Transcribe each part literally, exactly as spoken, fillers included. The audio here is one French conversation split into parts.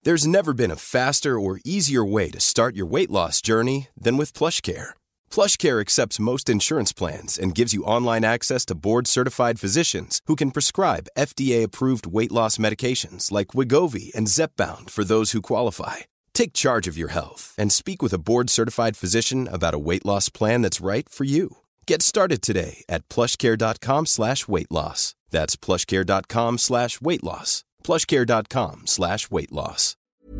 There's never been a faster or easier way to start your weight loss journey than with PlushCare. PlushCare accepts most insurance plans and gives you online access to board-certified physicians who can prescribe F D A-approved weight loss medications like Wegovy and Zepbound for those who qualify. Take charge of your health and speak with a board-certified physician about a weight loss plan that's right for you. Get started today at plushcare.com slash weight loss. That's plushcare.com slash weight loss. plushcare.com slash weight loss.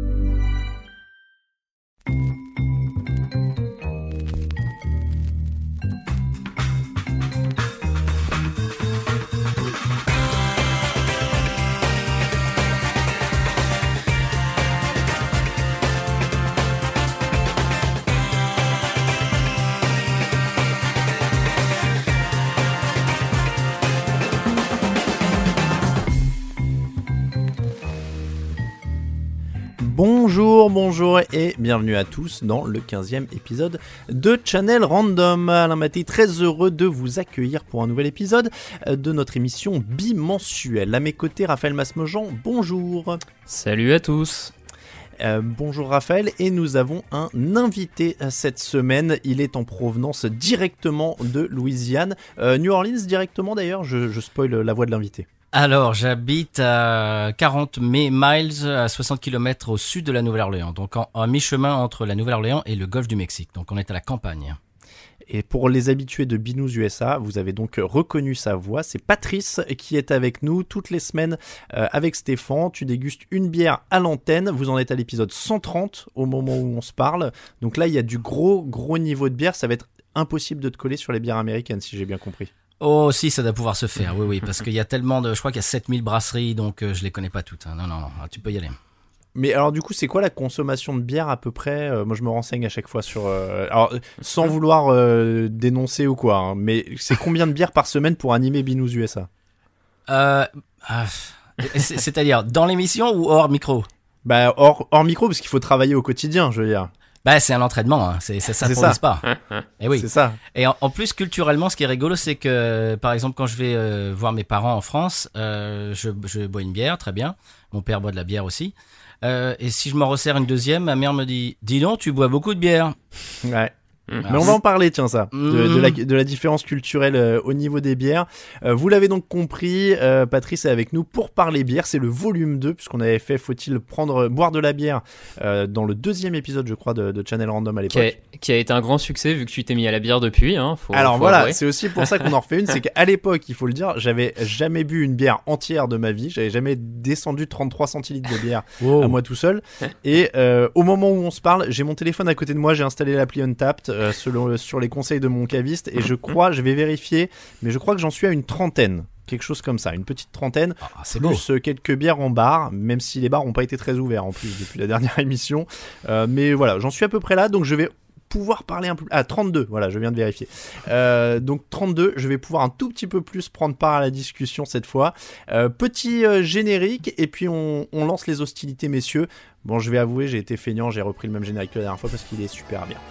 Bonjour, bonjour et bienvenue à tous dans le quinzième épisode de Channel Random. Alain Maté, très heureux de vous accueillir pour un nouvel épisode de notre émission bimensuelle. À mes côtés, Raphaël Masmejean, bonjour. Salut à tous. Euh, bonjour Raphaël, et nous avons un invité cette semaine. Il est en provenance directement de Louisiane. Euh, New Orleans directement d'ailleurs, je, je spoil la voix de l'invité. Alors, j'habite à quarante miles, à soixante kilomètres au sud de la Nouvelle-Orléans, donc en, en mi-chemin entre la Nouvelle-Orléans et le golfe du Mexique, donc on est à la campagne. Et pour les habitués de Binous U S A, vous avez donc reconnu sa voix, c'est Patrice qui est avec nous toutes les semaines euh, avec Stéphane. Tu dégustes une bière à l'antenne, vous en êtes à l'épisode cent trente au moment où on se parle, donc là il y a du gros gros niveau de bière, ça va être impossible de te coller sur les bières américaines si j'ai bien compris. Oh si, ça doit pouvoir se faire, oui, oui, parce qu'il y a tellement de... Je crois qu'il y a sept mille brasseries, donc euh, je les connais pas toutes. Hein. Non, non, non, tu peux y aller. Mais alors du coup, c'est quoi la consommation de bière à peu près ? euh, Moi, je me renseigne à chaque fois sur... Euh, alors, sans vouloir euh, dénoncer ou quoi, hein, mais c'est combien de bières par semaine pour animer Binous U S A ? euh, ah, c'est, C'est-à-dire, dans l'émission ou hors micro ? Bah, hors, hors micro, parce qu'il faut travailler au quotidien, je veux dire. Bah, c'est un entraînement, hein. c'est, ça s'improvise pas. Et oui. C'est ça. Et en, en plus, culturellement, ce qui est rigolo, c'est que, par exemple, quand je vais euh, voir mes parents en France, euh, je, je bois une bière, très bien. Mon père boit de la bière aussi. Euh, et si je m'en resserre une deuxième, ma mère me dit « Dis donc, tu bois beaucoup de bière. » Ouais. Mais on va en parler, tiens ça, de, de, la, de la différence culturelle euh, au niveau des bières. Euh, vous l'avez donc compris, euh, Patrice est avec nous pour parler bière. C'est le volume deux, puisqu'on avait fait Faut-il prendre boire de la bière euh, dans le deuxième épisode, je crois, de, de Channel Random à l'époque. Qui a, qui a été un grand succès vu que tu t'es mis à la bière depuis. Hein, faut, Alors faut voilà, avouer. c'est aussi pour ça qu'on en refait une. C'est qu'à l'époque, il faut le dire, j'avais jamais bu une bière entière de ma vie. J'avais jamais descendu trente-trois centilitres de bière wow. à moi tout seul. Et euh, au moment où on se parle, j'ai mon téléphone à côté de moi, j'ai installé l'appli Untapped euh, selon, sur les conseils de mon caviste et je crois, je vais vérifier, mais je crois que j'en suis à une trentaine, quelque chose comme ça, une petite trentaine, ah, c'est plus beau. Quelques bières en bar, même si les bars n'ont pas été très ouverts en plus depuis la dernière émission, euh, mais voilà, j'en suis à peu près là, donc je vais pouvoir parler un peu... Ah, trente-deux, voilà, je viens de vérifier. Euh, donc trente-deux, je vais pouvoir un tout petit peu plus prendre part à la discussion cette fois. Euh, petit euh, générique, et puis on, on lance les hostilités, messieurs. Bon, je vais avouer, j'ai été feignant, j'ai repris le même générique que la dernière fois parce qu'il est super bien.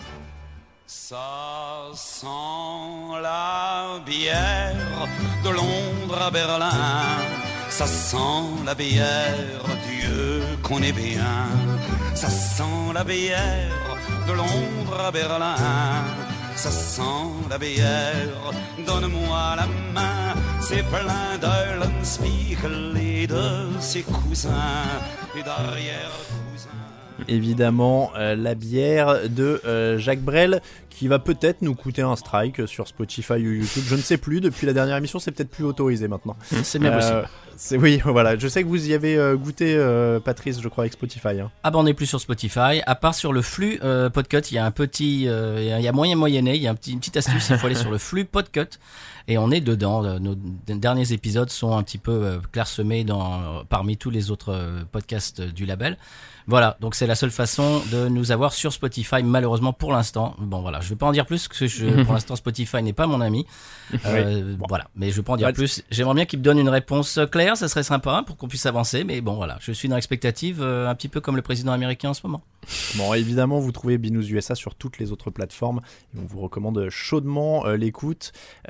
Ça sent la bière de Londres à Berlin. Ça sent la bière, Dieu qu'on est bien. Ça sent la bière de Londres à Berlin. Ça sent la bière, donne-moi la main. C'est plein d'Eulenspiegel et de ses cousins et d'arrière-cousins. Évidemment, euh, la bière de euh, Jacques Brel qui va peut-être nous coûter un strike sur Spotify ou YouTube, je ne sais plus, depuis la dernière émission c'est peut-être plus autorisé maintenant. C'est bien possible. Euh, c'est, oui, voilà, je sais que vous y avez euh, goûté euh, Patrice, je crois, avec Spotify. Hein. Ah bah on n'est plus sur Spotify, à part sur le flux euh, Podcut, il y a un petit, euh, il y a moyen moyenné, il y a un petit, une petite astuce, il faut aller sur le flux Podcut et on est dedans. Nos derniers épisodes sont un petit peu euh, clairsemés dans, parmi tous les autres euh, podcasts du label. Voilà, donc c'est la seule façon de nous avoir sur Spotify, malheureusement pour l'instant. Bon voilà, je vais pas en dire plus, parce que je, pour l'instant Spotify n'est pas mon ami. Euh, oui. Bon. Voilà, mais je vais pas en dire Ouais, plus. J'aimerais bien qu'il me donne une réponse claire, ça serait sympa pour qu'on puisse avancer, mais bon voilà, je suis dans l'expectative, euh, un petit peu comme le président américain en ce moment. Bon, évidemment, vous trouvez Binous U S A sur toutes les autres plateformes et on vous recommande chaudement euh, l'écoute euh, de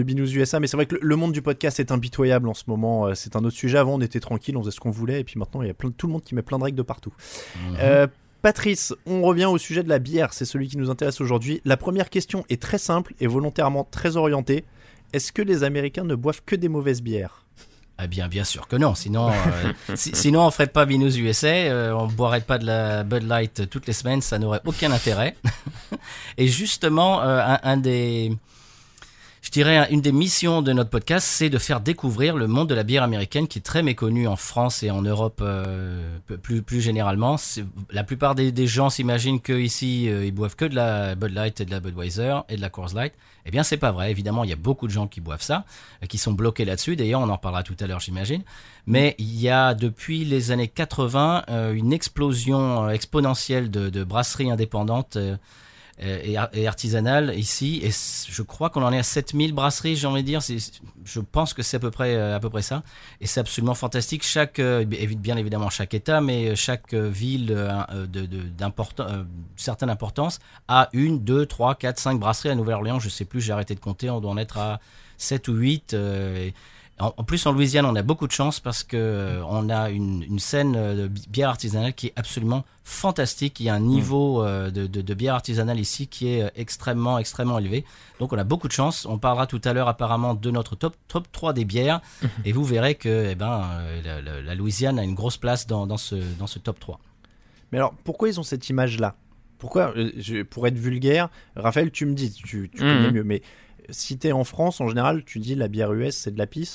de Binous U S A, mais c'est vrai que le, le monde du podcast est impitoyable en ce moment. Euh, c'est un autre sujet. Avant, on était tranquille, on faisait ce qu'on voulait, et puis maintenant, il y a plein, tout le monde qui met plein de règles de partout. Mmh. Euh, Patrice, on revient au sujet de la bière. C'est celui qui nous intéresse aujourd'hui. La première question est très simple et volontairement très orientée. Est-ce que les Américains ne boivent que des mauvaises bières ? Ah bien, bien sûr que non. Sinon, euh, si, sinon on ferait pas Binous U S A, euh, on boirait pas de la Bud Light toutes les semaines, ça n'aurait aucun intérêt. Et justement, euh, un, un des, je dirais, une des missions de notre podcast, c'est de faire découvrir le monde de la bière américaine, qui est très méconnu en France et en Europe euh, plus plus généralement. C'est, la plupart des, des gens s'imaginent que ici, euh, ils boivent que de la Bud Light et de la Budweiser et de la Coors Light. Eh bien, c'est pas vrai. Évidemment, il y a beaucoup de gens qui boivent ça, euh, qui sont bloqués là-dessus. D'ailleurs, on en reparlera tout à l'heure, j'imagine. Mais il y a, depuis les années quatre-vingts, euh, une explosion euh, exponentielle de, de brasseries indépendantes euh, et, et artisanales ici. Et je crois qu'on en est à sept mille brasseries, j'ai envie de dire. C'est, je pense que c'est à peu près, à peu près ça. Et c'est absolument fantastique. Chaque, euh, bien évidemment, chaque État, mais chaque ville euh, de, de, d'importan, euh, certaine importance a une, deux, trois, quatre, cinq brasseries à Nouvelle-Orléans. Je sais plus, j'ai arrêté de compter. On doit en être à sept ou huit. Euh, en, en plus, en Louisiane, on a beaucoup de chance parce que euh, on a une, une scène de bière artisanale qui est absolument fantastique. Il y a un niveau euh, de, de, de bière artisanale ici qui est extrêmement, extrêmement élevé. Donc, on a beaucoup de chance. On parlera tout à l'heure apparemment de notre top, top trois des bières. Et vous verrez que eh ben, la, la, la Louisiane a une grosse place dans, dans, ce, dans ce top trois. Mais alors, pourquoi ils ont cette image-là ? Pourquoi, je, pour être vulgaire, Raphaël, tu me dis, tu, tu mmh. connais mieux, mais si t'es en France, en général, tu dis la bière U S, c'est de la pisse ?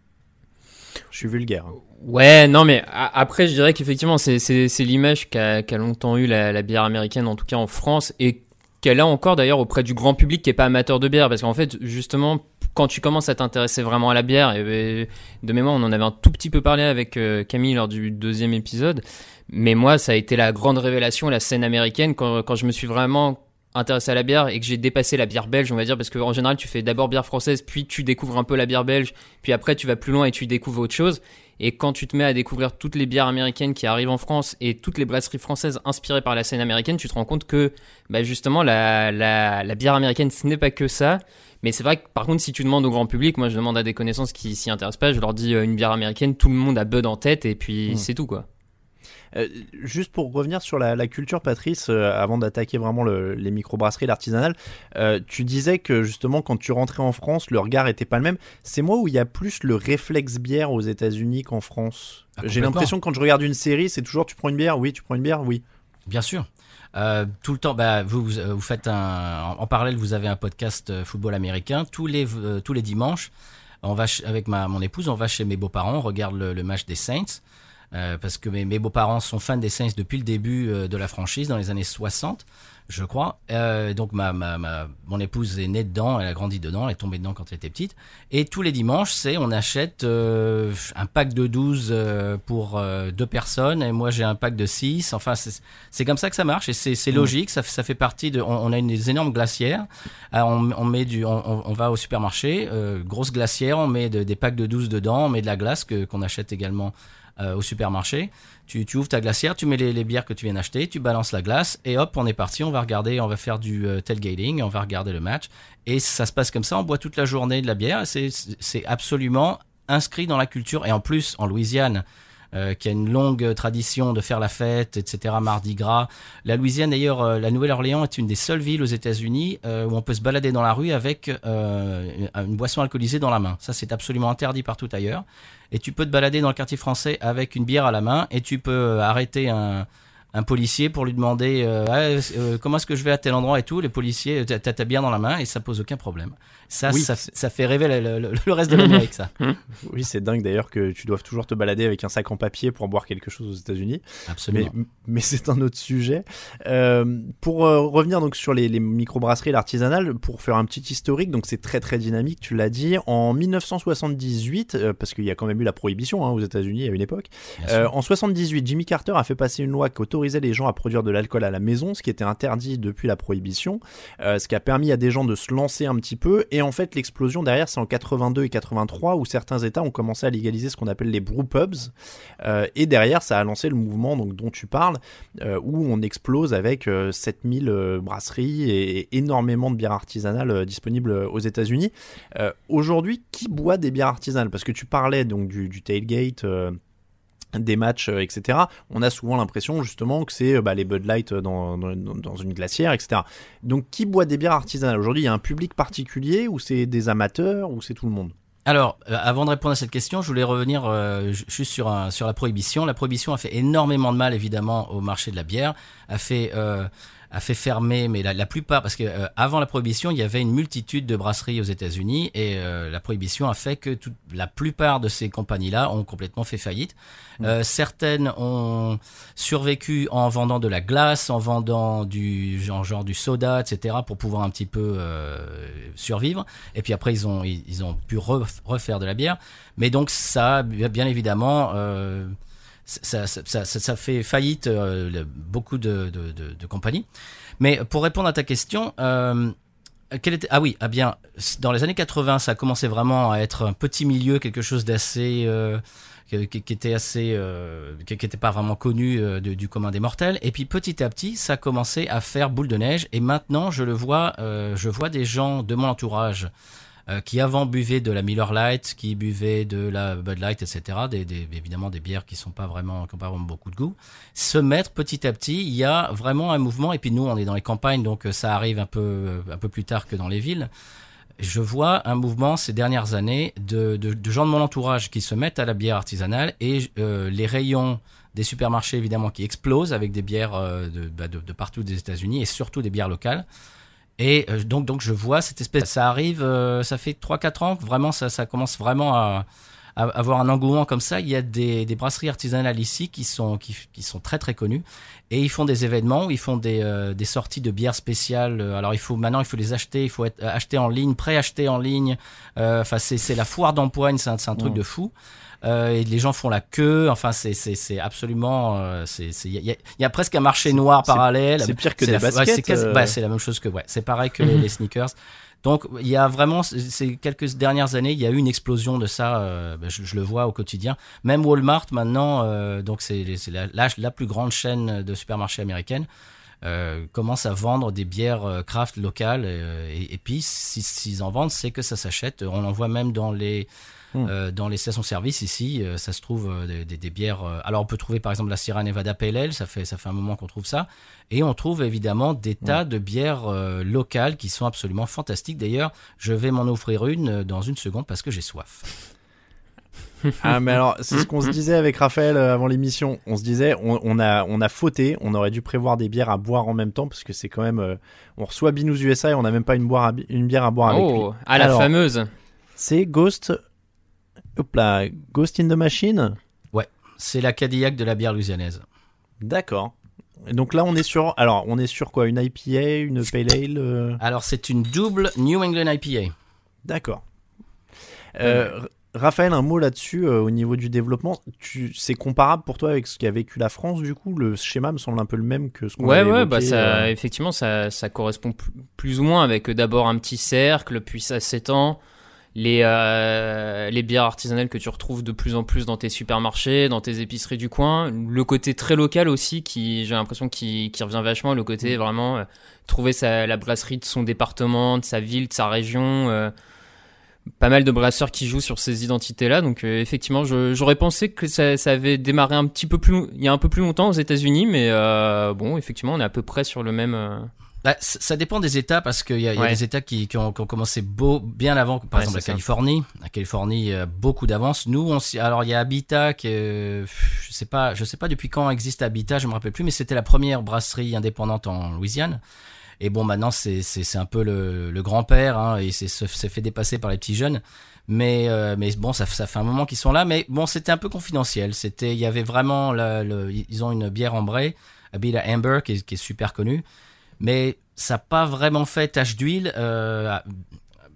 Je suis vulgaire. Hein. Ouais, non, mais a- après, je dirais qu'effectivement, c'est, c'est, c'est l'image qu'a, qu'a longtemps eu la, la bière américaine, en tout cas en France, et qu'elle a encore d'ailleurs auprès du grand public qui n'est pas amateur de bière. Parce qu'en fait, justement, quand tu commences à t'intéresser vraiment à la bière, et, et de mémoire, on en avait un tout petit peu parlé avec euh, Camille lors du deuxième épisode, mais moi, ça a été la grande révélation, la scène américaine, quand, quand je me suis vraiment intéressé à la bière et que j'ai dépassé la bière belge, on va dire, parce qu'en général tu fais d'abord bière française, puis tu découvres un peu la bière belge, puis après tu vas plus loin et tu découvres autre chose. Et quand tu te mets à découvrir toutes les bières américaines qui arrivent en France et toutes les brasseries françaises inspirées par la scène américaine, tu te rends compte que bah justement la, la, la bière américaine, ce n'est pas que ça. Mais c'est vrai que par contre, si tu demandes au grand public, moi je demande à des connaissances qui s'y intéressent pas, je leur dis euh, une bière américaine, tout le monde a Bud en tête et puis mmh. c'est tout quoi. Euh, juste pour revenir sur la, la culture, Patrice, euh, avant d'attaquer vraiment le, les microbrasseries, l'artisanal, euh, tu disais que justement quand tu rentrais en France, le regard était pas le même. C'est moi où il y a plus le réflexe bière aux États-Unis qu'en France. Ah, j'ai l'impression que quand je regarde une série, c'est toujours tu prends une bière, oui, tu prends une bière, oui. Bien sûr. Euh, tout le temps, bah, vous, vous, vous faites un, en parallèle, vous avez un podcast euh, football américain tous les euh, tous les dimanches. On va ch- avec ma mon épouse, on va chez mes beaux-parents, on regarde le, le match des Saints. Euh, parce que mes, mes beaux-parents sont fans des Saints depuis le début euh, de la franchise, dans les années soixante, je crois. Euh, donc ma, ma, ma, mon épouse est née dedans, elle a grandi dedans, elle est tombée dedans quand elle était petite. Et tous les dimanches, c'est on achète euh, un pack de douze euh, pour euh, deux personnes, et moi j'ai un pack de six. Enfin, c'est, c'est comme ça que ça marche, et c'est, c'est logique, ça, ça fait partie de... On, on a une des énormes glacières, euh, on, on, met du, on, on va au supermarché, euh, grosse glacière, on met de, des packs de douze dedans, on met de la glace que, qu'on achète également Euh, au supermarché, tu, tu ouvres ta glacière, tu mets les, les bières que tu viens d'acheter, tu balances la glace et hop, on est parti, on va regarder, on va faire du euh, tailgating, on va regarder le match et ça se passe comme ça, on boit toute la journée de la bière, c'est, c'est absolument inscrit dans la culture et en plus en Louisiane, euh, qui a une longue tradition de faire la fête, et cetera, Mardi Gras. La Louisiane d'ailleurs, euh, la Nouvelle-Orléans est une des seules villes aux États-Unis euh, où on peut se balader dans la rue avec euh, une boisson alcoolisée dans la main. Ça c'est absolument interdit partout ailleurs. Et tu peux te balader dans le quartier français avec une bière à la main et tu peux arrêter un, un policier pour lui demander euh, ah, euh, comment est-ce que je vais à tel endroit et tout. Les policiers, t'as ta bière dans la main et ça pose aucun problème. Ça, oui, ça, ça fait rêver le, le, le reste de l'Amérique, ça. Oui, c'est dingue d'ailleurs que tu doives toujours te balader avec un sac en papier pour boire quelque chose aux États-Unis. Absolument. Mais, mais c'est un autre sujet. Euh, pour euh, revenir donc sur les, les microbrasseries, l'artisanal, pour faire un petit historique, donc c'est très très dynamique, tu l'as dit. En dix-neuf cent soixante-dix-huit, euh, parce qu'il y a quand même eu la prohibition hein, aux États-Unis à une époque, euh, en soixante-dix-huit, Jimmy Carter a fait passer une loi qui autorisait autorisait les gens à produire de l'alcool à la maison, ce qui était interdit depuis la prohibition, euh, ce qui a permis à des gens de se lancer un petit peu. Et en fait, l'explosion derrière, c'est en quatre-vingt-deux et quatre-vingt-trois où certains États ont commencé à légaliser ce qu'on appelle les brewpubs. Euh, et derrière, ça a lancé le mouvement donc, dont tu parles, euh, où on explose avec euh, sept mille euh, brasseries et, et énormément de bières artisanales euh, disponibles aux États-Unis. Euh, aujourd'hui, qui boit des bières artisanales ? Parce que tu parlais donc du, du tailgate, euh, des matchs, euh, et cetera. On a souvent l'impression justement que c'est euh, bah, les Bud Light dans, dans, dans une glacière, et cetera. Donc, qui boit des bières artisanales ? Aujourd'hui, il y a un public particulier ou c'est des amateurs ou c'est tout le monde ? Alors, euh, avant de répondre à cette question, je voulais revenir euh, juste sur, un, sur la prohibition. La prohibition a fait énormément de mal, évidemment, au marché de la bière. A fait... Euh, a fait fermer, mais la, la plupart, parce que euh, avant la prohibition, il y avait une multitude de brasseries aux États-Unis et euh, la prohibition a fait que toute, la plupart de ces compagnies-là ont complètement fait faillite. Mmh. Euh, certaines ont survécu en vendant de la glace, en vendant du genre, genre du soda, et cetera, pour pouvoir un petit peu euh, survivre. Et puis après, ils ont ils, ils ont pu ref, refaire de la bière. Mais donc ça, bien évidemment. Euh, Ça, ça, ça, ça fait faillite euh, beaucoup de, de, de, de compagnies. Mais pour répondre à ta question, euh, quel était, ah oui, ah bien, dans les années quatre-vingts, ça a commencé vraiment à être un petit milieu, quelque chose d'assez, euh, qui, qui était assez, euh, qui n'était pas vraiment connu euh, de, du commun des mortels. Et puis petit à petit, ça a commencé à faire boule de neige. Et maintenant, je le vois, euh, je vois des gens de mon entourage. Euh, qui avant buvaient de la Miller Lite, qui buvaient de la Bud Light, et cetera, des, des, évidemment des bières qui sont pas vraiment, qui ont pas vraiment beaucoup de goût, se mettre petit à petit. Il y a vraiment un mouvement, et puis nous, on est dans les campagnes, donc ça arrive un peu, un peu plus tard que dans les villes. Je vois un mouvement ces dernières années de, de, de gens de mon entourage qui se mettent à la bière artisanale et euh, les rayons des supermarchés, évidemment, qui explosent avec des bières euh, de, de, de partout des États-Unis et surtout des bières locales. Et euh, donc, donc je vois cette espèce, ça arrive, euh, ça fait trois quatre ans que vraiment ça, ça commence vraiment à, à avoir un engouement comme ça. Il y a des, des brasseries artisanales ici qui sont, qui, qui sont très très connues et ils font des événements où ils font des, euh, des sorties de bières spéciales. Alors il faut maintenant il faut les acheter, il faut être acheté en ligne, préacheté en ligne. Enfin euh, c'est c'est la foire d'empoigne, c'est un, c'est un truc mmh. de fou. Euh, et les gens font la queue, enfin c'est c'est c'est absolument euh, c'est c'est il y a, y a presque un marché c'est, noir parallèle. C'est pire que c'est des la, baskets. Ouais, c'est, quasi, euh... bah, c'est la même chose que ouais, c'est pareil que les, les sneakers. Donc il y a vraiment ces quelques dernières années, il y a eu une explosion de ça. Euh, je, je le vois au quotidien. Même Walmart maintenant, euh, donc c'est c'est la, la la plus grande chaîne de supermarchés américaine. Euh, commence à vendre des bières euh, craft locales euh, et, et puis si, s'ils en vendent, c'est que ça s'achète. On en voit même dans les mmh. euh, dans les stations-service ici, euh, ça se trouve euh, des, des, des bières. Euh, alors on peut trouver par exemple la Sierra Nevada Pale Ale, ça fait ça fait un moment qu'on trouve ça, et on trouve évidemment des tas mmh. de bières euh, locales qui sont absolument fantastiques. D'ailleurs, je vais m'en offrir une dans une seconde parce que j'ai soif. Ah mais alors c'est ce qu'on se disait avec Raphaël avant l'émission. On se disait on, on a on a fauté. On aurait dû prévoir des bières à boire en même temps parce que c'est quand même euh, on reçoit Binous U S A et on n'a même pas une, boire à, une bière à boire oh, avec lui. Oh, à la alors, fameuse. C'est Ghost. Hop là, Ghost in the Machine. Ouais, c'est la Cadillac de la bière louisianaise. D'accord. Et donc là on est sur alors on est sur quoi, une I P A, une Pale Ale euh... Alors c'est une double New England I P A. D'accord. Euh, mmh. Raphaël, un mot là-dessus euh, au niveau du développement. Tu, c'est comparable pour toi avec ce qu'a vécu la France du coup. Le schéma me semble un peu le même que ce qu'on ouais, avait ouais, évoqué. Bah ça, euh... effectivement, ça, ça correspond p- plus ou moins avec d'abord un petit cercle, puis ça s'étend. Les, euh, les bières artisanales que tu retrouves de plus en plus dans tes supermarchés, dans tes épiceries du coin. Le côté très local aussi, qui j'ai l'impression qui, qui revient vachement. Le côté vraiment euh, trouver sa, la brasserie de son département, de sa ville, de sa région. Euh, Pas mal de brasseurs qui jouent sur ces identités-là, donc euh, effectivement, je, j'aurais pensé que ça, ça avait démarré un petit peu plus, il y a un peu plus longtemps aux États-Unis, mais euh, bon, effectivement, on est à peu près sur le même. Euh... Bah, ça dépend des États parce qu'il y a, il y a ouais. des États qui, qui, ont, qui ont commencé beau, bien avant, par ouais, exemple la ça. Californie. La Californie, euh, beaucoup d'avance. Nous, on, alors il y a Habitat, qui, euh, je sais pas, je sais pas depuis quand existe Habitat, je me rappelle plus, mais c'était la première brasserie indépendante en Louisiane. Et bon, maintenant, c'est, c'est, c'est un peu le, le grand-père, hein, et c'est, c'est fait dépasser par les petits jeunes. Mais, euh, mais bon, ça, ça fait un moment qu'ils sont là. Mais bon, c'était un peu confidentiel. C'était, il y avait vraiment, la, le, ils ont une bière ambrée, Habitat Amber, qui est, qui est super connue. Mais ça n'a pas vraiment fait tache d'huile. Euh,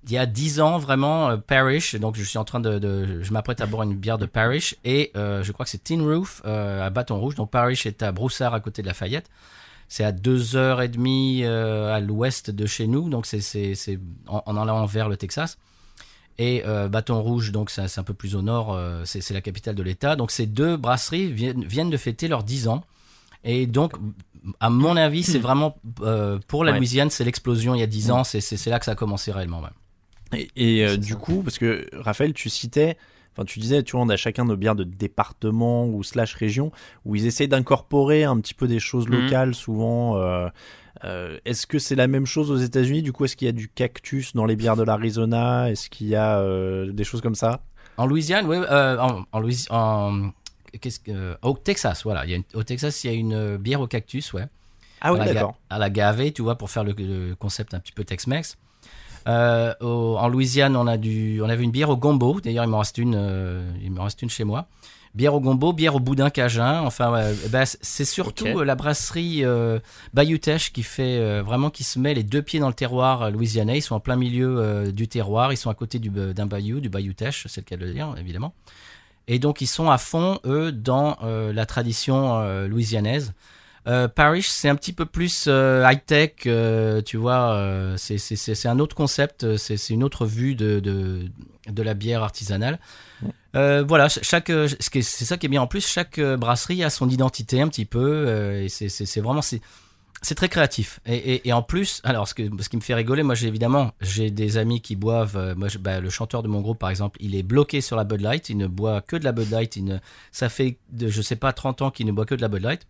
il y a dix ans vraiment euh, Parrish, donc je suis en train de, de je m'apprête à boire une bière de Parrish et euh, je crois que c'est Tin Roof euh, à Bâton Rouge. Donc Parrish est à Broussard à côté de Lafayette. C'est à deux heures et demie euh, à l'ouest de chez nous, donc c'est c'est c'est en, en allant vers le Texas. Et euh, Bâton Rouge, donc c'est, c'est un peu plus au nord, euh, c'est c'est la capitale de l'État. Donc ces deux brasseries viennent viennent de fêter leurs dix ans. Et donc, à mon avis, c'est vraiment euh, pour la Ouais. Louisiane, c'est l'explosion il y a dix ans. C'est c'est c'est là que ça a commencé réellement. Ouais. Et, et, euh, C'est du ça. coup, parce que Raphaël, tu citais, enfin tu disais, tu vois, on a chacun nos bières de département ou slash région, où ils essaient d'incorporer un petit peu des choses Mhm. locales, souvent. Euh, euh, est-ce que c'est la même chose aux États-Unis? Du coup, est-ce qu'il y a du cactus dans les bières de l'Arizona? Est-ce qu'il y a euh, des choses comme ça? En Louisiane, oui, euh, en, en Louisiane, en, qu'est-ce que, euh, au Texas, voilà. Il y a une- au Texas, il y a une euh, bière au cactus, ouais. Ah oui, à la, ga- d'accord. à la gavée, tu vois, pour faire le, le concept un petit peu Tex-Mex. Euh, au- en Louisiane, on a du, on avait une bière au gombo. D'ailleurs, il m'en reste une, euh, il m'en reste une chez moi. Bière au gombo, bière au boudin cajun. Enfin, ouais, eh ben, c'est surtout Ok. euh, la brasserie euh, Bayou Teche qui fait euh, vraiment qui se met les deux pieds dans le terroir euh, louisianais. Ils sont en plein milieu euh, du terroir. Ils sont à côté du, d'un bayou, du Bayou Teche, c'est le cas de le dire, évidemment. Et donc, ils sont à fond, eux, dans euh, la tradition euh, louisianaise. Euh, Parrish, c'est un petit peu plus euh, high-tech, euh, tu vois, euh, c'est, c'est, c'est, c'est un autre concept, c'est, c'est une autre vue de, de, de la bière artisanale. Euh, voilà, ch- chaque, euh, ce qui est- c'est ça qui est bien en plus, chaque euh, brasserie a son identité un petit peu, euh, et c'est, c'est, c'est vraiment, c'est, c'est très créatif. Et, et, et en plus, alors ce, que, ce qui me fait rigoler, moi j'ai évidemment, j'ai des amis qui boivent, euh, moi, je- bah, le chanteur de mon groupe par exemple, il est bloqué sur la Bud Light, il ne boit que de la Bud Light, il ne, ça fait, de, je sais pas, trente ans qu'il ne boit que de la Bud Light.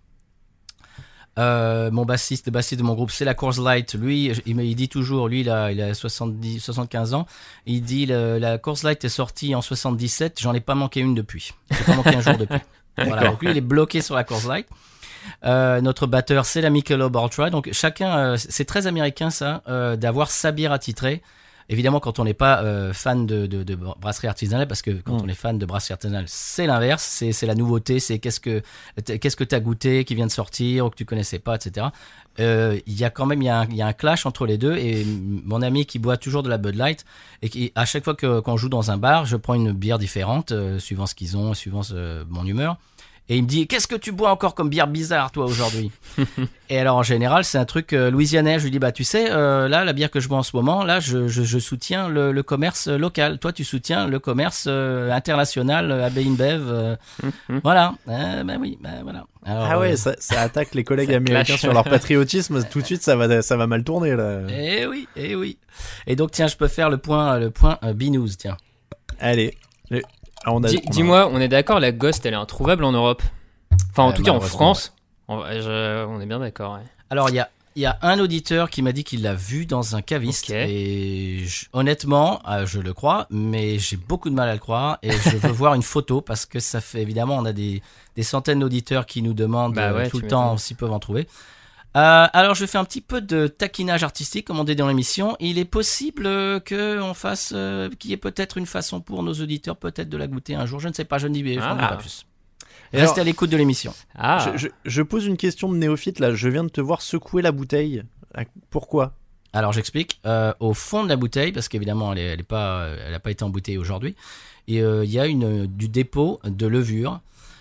Euh, mon bassiste, le bassiste de mon groupe, c'est la Coors Light. Lui, il me il dit toujours, lui, il a, il a soixante-dix, soixante-quinze ans. Il dit, le, la Coors Light est sortie en soixante-dix-sept. J'en ai pas manqué une depuis. J'ai pas manqué un jour depuis. Voilà. Donc lui, il est bloqué sur la Coors Light. Euh, notre batteur, c'est la Michelob Ultra. Donc chacun, euh, c'est très américain ça, euh, d'avoir sa bière attitrée. Évidemment, quand on n'est pas euh, fan de, de, de brasserie artisanale, parce que quand Mm. on est fan de brasserie artisanale, c'est l'inverse, c'est, c'est la nouveauté, c'est qu'est-ce que t'as- qu'est-ce que tu as goûté, qui vient de sortir, ou que tu connaissais pas, et cetera. Euh, Il y a quand même il y a, un, il y a un clash entre les deux, et m- mon ami qui boit toujours de la Bud Light, et qui, à chaque fois que, qu'on joue dans un bar, je prends une bière différente, euh, suivant ce qu'ils ont, suivant ce- mon humeur. Et il me dit, qu'est-ce que tu bois encore comme bière bizarre, toi, aujourd'hui? Et alors, en général, c'est un truc euh, louisianais. Je lui dis, bah, tu sais, euh, là, la bière que je bois en ce moment, là, je, je, je soutiens le, le commerce euh, local. Toi, tu soutiens le commerce euh, international, euh, Abbey InBev. Euh, voilà. Euh, ben oui, ben voilà. Alors, Ah ouais, euh, ça, ça attaque les collègues ça américains clash. sur leur patriotisme. Tout de suite, ça va, ça va mal tourner là. eh oui, eh oui. Et donc, tiens, je peux faire le point, le point euh, B-News, tiens. Allez. Le- ah, on a- Dis- on a- Dis-moi, on est d'accord, la Ghost, elle est introuvable en Europe. Enfin, en Euh, tout cas, en malheureusement, France. On, je- on est bien d'accord. Ouais. Alors, il y a, il y a un auditeur qui m'a dit qu'il l'a vu dans un caviste. Ok. Et je- honnêtement, euh, je le crois, mais j'ai beaucoup de mal à le croire. Et je veux voir une photo parce que ça fait évidemment, on a des, des centaines d'auditeurs qui nous demandent Bah euh, ouais, tout tu le temps m'étonnes. s'ils peuvent en trouver. Euh, alors, je fais un petit peu de taquinage artistique, comme on dit dans l'émission. Il est possible euh, que on fasse, euh, qu'il y ait peut-être une façon pour nos auditeurs, peut-être de la goûter un jour. Je ne sais pas, je ne dis, je n'en dis Ah. pas plus. Et Restez alors- à l'écoute de l'émission. Ah, Je, je- je pose une question de néophyte là. Je viens de te voir secouer la bouteille. Ah, pourquoi? Alors j'explique. Euh, au fond de la bouteille, parce qu'évidemment elle n'a elle est pas, elle a pas été embouteillée aujourd'hui, et euh, il y a une, du dépôt de levure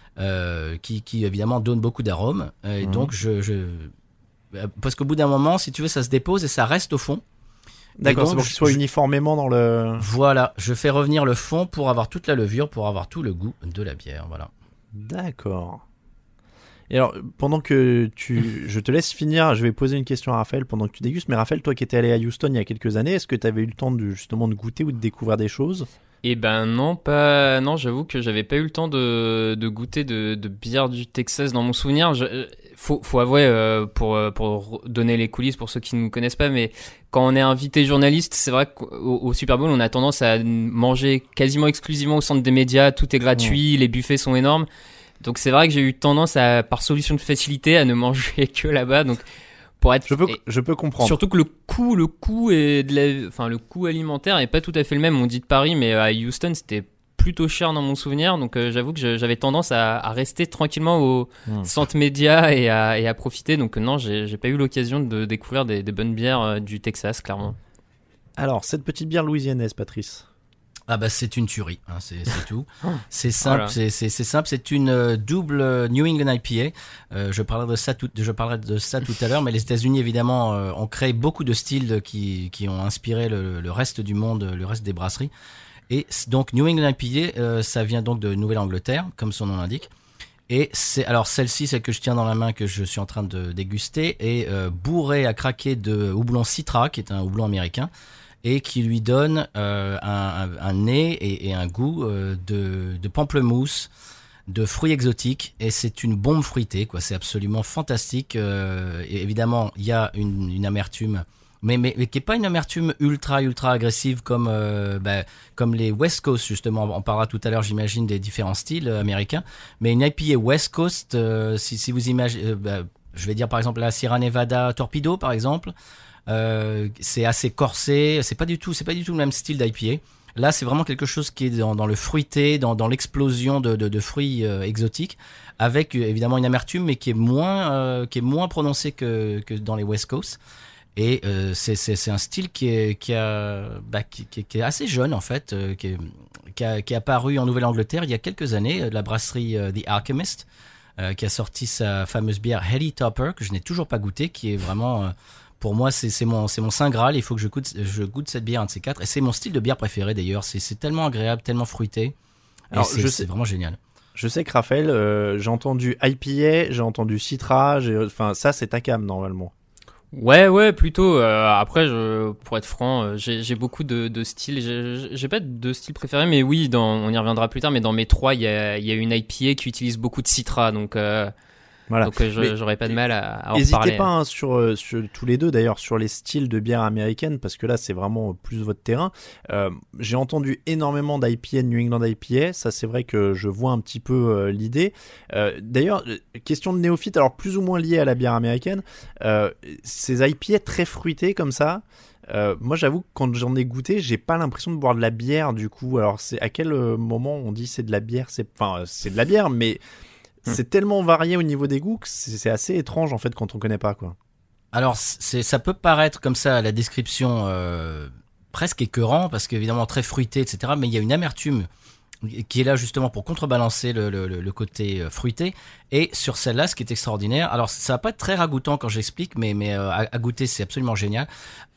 euh, qui, qui évidemment donne beaucoup d'arômes. Et Mhm. donc je, je- parce qu'au bout d'un moment, si tu veux, ça se dépose et ça reste au fond. D'accord, donc, c'est pour qu'il je- soit je- uniformément dans le. Voilà, je fais revenir le fond pour avoir toute la levure, pour avoir tout le goût de la bière. Voilà. D'accord. Et alors, pendant que tu, je te laisse finir, je vais poser une question à Raphaël pendant que tu dégustes. Mais Raphaël, toi qui étais allé à Houston il y a quelques années, est-ce que tu avais eu le temps de justement de goûter ou de découvrir des choses? et ben non, pas. Non, j'avoue que j'avais pas eu le temps de, de goûter de, de bière du Texas dans mon souvenir. Je, faut, faut avouer, euh, pour, euh, pour donner les coulisses pour ceux qui ne nous connaissent pas, mais quand on est invité journaliste, c'est vrai qu'au au Super Bowl, on a tendance à manger quasiment exclusivement au centre des médias. Tout est gratuit, les buffets sont énormes. Donc c'est vrai que j'ai eu tendance à, par solution de facilité, à ne manger que là-bas. Donc pour être, Je peux, et- je peux comprendre. surtout que le coût, le coût est de la, enfin le coût alimentaire est pas tout à fait le même. On dit de Paris, mais à Houston c'était plutôt cher dans mon souvenir. Donc euh, j'avoue que je- j'avais tendance à, à rester tranquillement au Hmm. centre média et à, et à profiter. Donc euh, non, j'ai j'ai pas eu l'occasion de découvrir des, des bonnes bières euh, du Texas, clairement. Alors, cette petite bière louisianaise, Patrice. Ah bah c'est une tuerie, hein, c'est, c'est tout. C'est simple, Voilà. c'est, c'est, c'est simple. C'est une euh, double euh, New England I P A. Euh, je parlerai de ça tout, je parlerai de ça tout à l'heure. Mais les États-Unis évidemment euh, ont créé beaucoup de styles de- qui qui ont inspiré le, le reste du monde, le reste des brasseries. Et c- donc New England I P A, euh, ça vient donc de Nouvelle-Angleterre, comme son nom l'indique. Et c'est alors celle-ci, celle que je tiens dans la main, que je suis en train de déguster, est euh, bourrée à craquer de houblon Citra, qui est un houblon américain, et qui lui donne euh, un, un, un nez et, et un goût euh, de, de pamplemousse, de fruits exotiques, et c'est une bombe fruitée, quoi. C'est absolument fantastique. Euh, et évidemment, il y a une, une amertume, mais, mais, mais qui est pas une amertume ultra ultra agressive comme euh, bah, comme les West Coast justement. On parlera tout à l'heure, j'imagine, des différents styles euh, américains, mais une I P A West Coast, euh, si, si vous imaginez, euh, bah, je vais dire par exemple la Sierra Nevada Torpedo par exemple. Euh, c'est assez corsé, c'est pas du tout, c'est pas du tout le même style d'I P A. Là, c'est vraiment quelque chose qui est dans, dans le fruité, dans, dans l'explosion de, de, de fruits euh, exotiques, avec euh, évidemment une amertume, mais qui est moins, euh, qui est moins prononcée que, que dans les West Coast. Et euh, c'est, c'est, c'est un style qui est, qui, a, bah, qui, qui, qui est assez jeune en fait, euh, qui, est, qui, a, qui est apparu en Nouvelle-Angleterre il y a quelques années, euh, la brasserie euh, The Alchemist, euh, qui a sorti sa fameuse bière Heady Topper, que je n'ai toujours pas goûtée, qui est vraiment... Euh, pour moi, c'est, c'est, mon, c'est mon saint Graal. Il faut que je goûte, je goûte cette bière, un de ces quatre. Et c'est mon style de bière préféré d'ailleurs. C'est, c'est tellement agréable, tellement fruité. Et Alors, c'est, je c'est sais- vraiment génial. Je sais que Raphaël, euh, j'ai entendu I P A, j'ai entendu Citra, j'ai... enfin ça c'est ta cam normalement. Ouais, ouais, plutôt. Euh, après, je, pour être franc, euh, j'ai, j'ai beaucoup de, de styles. J'ai, j'ai pas de style préféré, mais oui, dans, on y reviendra plus tard. Mais dans mes trois, il y a, il y a une I P A qui utilise beaucoup de Citra, donc, euh, Voilà. donc euh, je, Mais- j'aurais pas de mal à, à en N'hésitez reparler. pas hein, sur, euh, sur tous les deux d'ailleurs sur les styles de bière américaine parce que là c'est vraiment plus votre terrain. Euh, j'ai entendu énormément d'I P A, de New England I P A, ça c'est vrai que je vois un petit peu euh, l'idée. Euh, d'ailleurs, euh, question de néophyte, alors plus ou moins liée à la bière américaine, euh, ces I P A très fruités comme ça. Euh, moi j'avoue que quand j'en ai goûté j'ai pas l'impression de boire de la bière du coup. Alors c'est à quel euh, moment on dit c'est de la bière, c'est enfin euh, c'est de la bière mais c'est tellement varié au niveau des goûts que c'est c'est assez étrange en fait quand on connaît pas quoi. Alors, c'est, ça peut paraître comme ça, la description euh, presque écœurant, parce qu'évidemment très fruité, et cetera. Mais il y a une amertume qui est là justement pour contrebalancer le, le, le le côté euh, fruité. Et sur celle-là, ce qui est extraordinaire, alors ça va pas être très ragoûtant quand j'explique, mais, mais euh, à, à goûter, c'est absolument génial.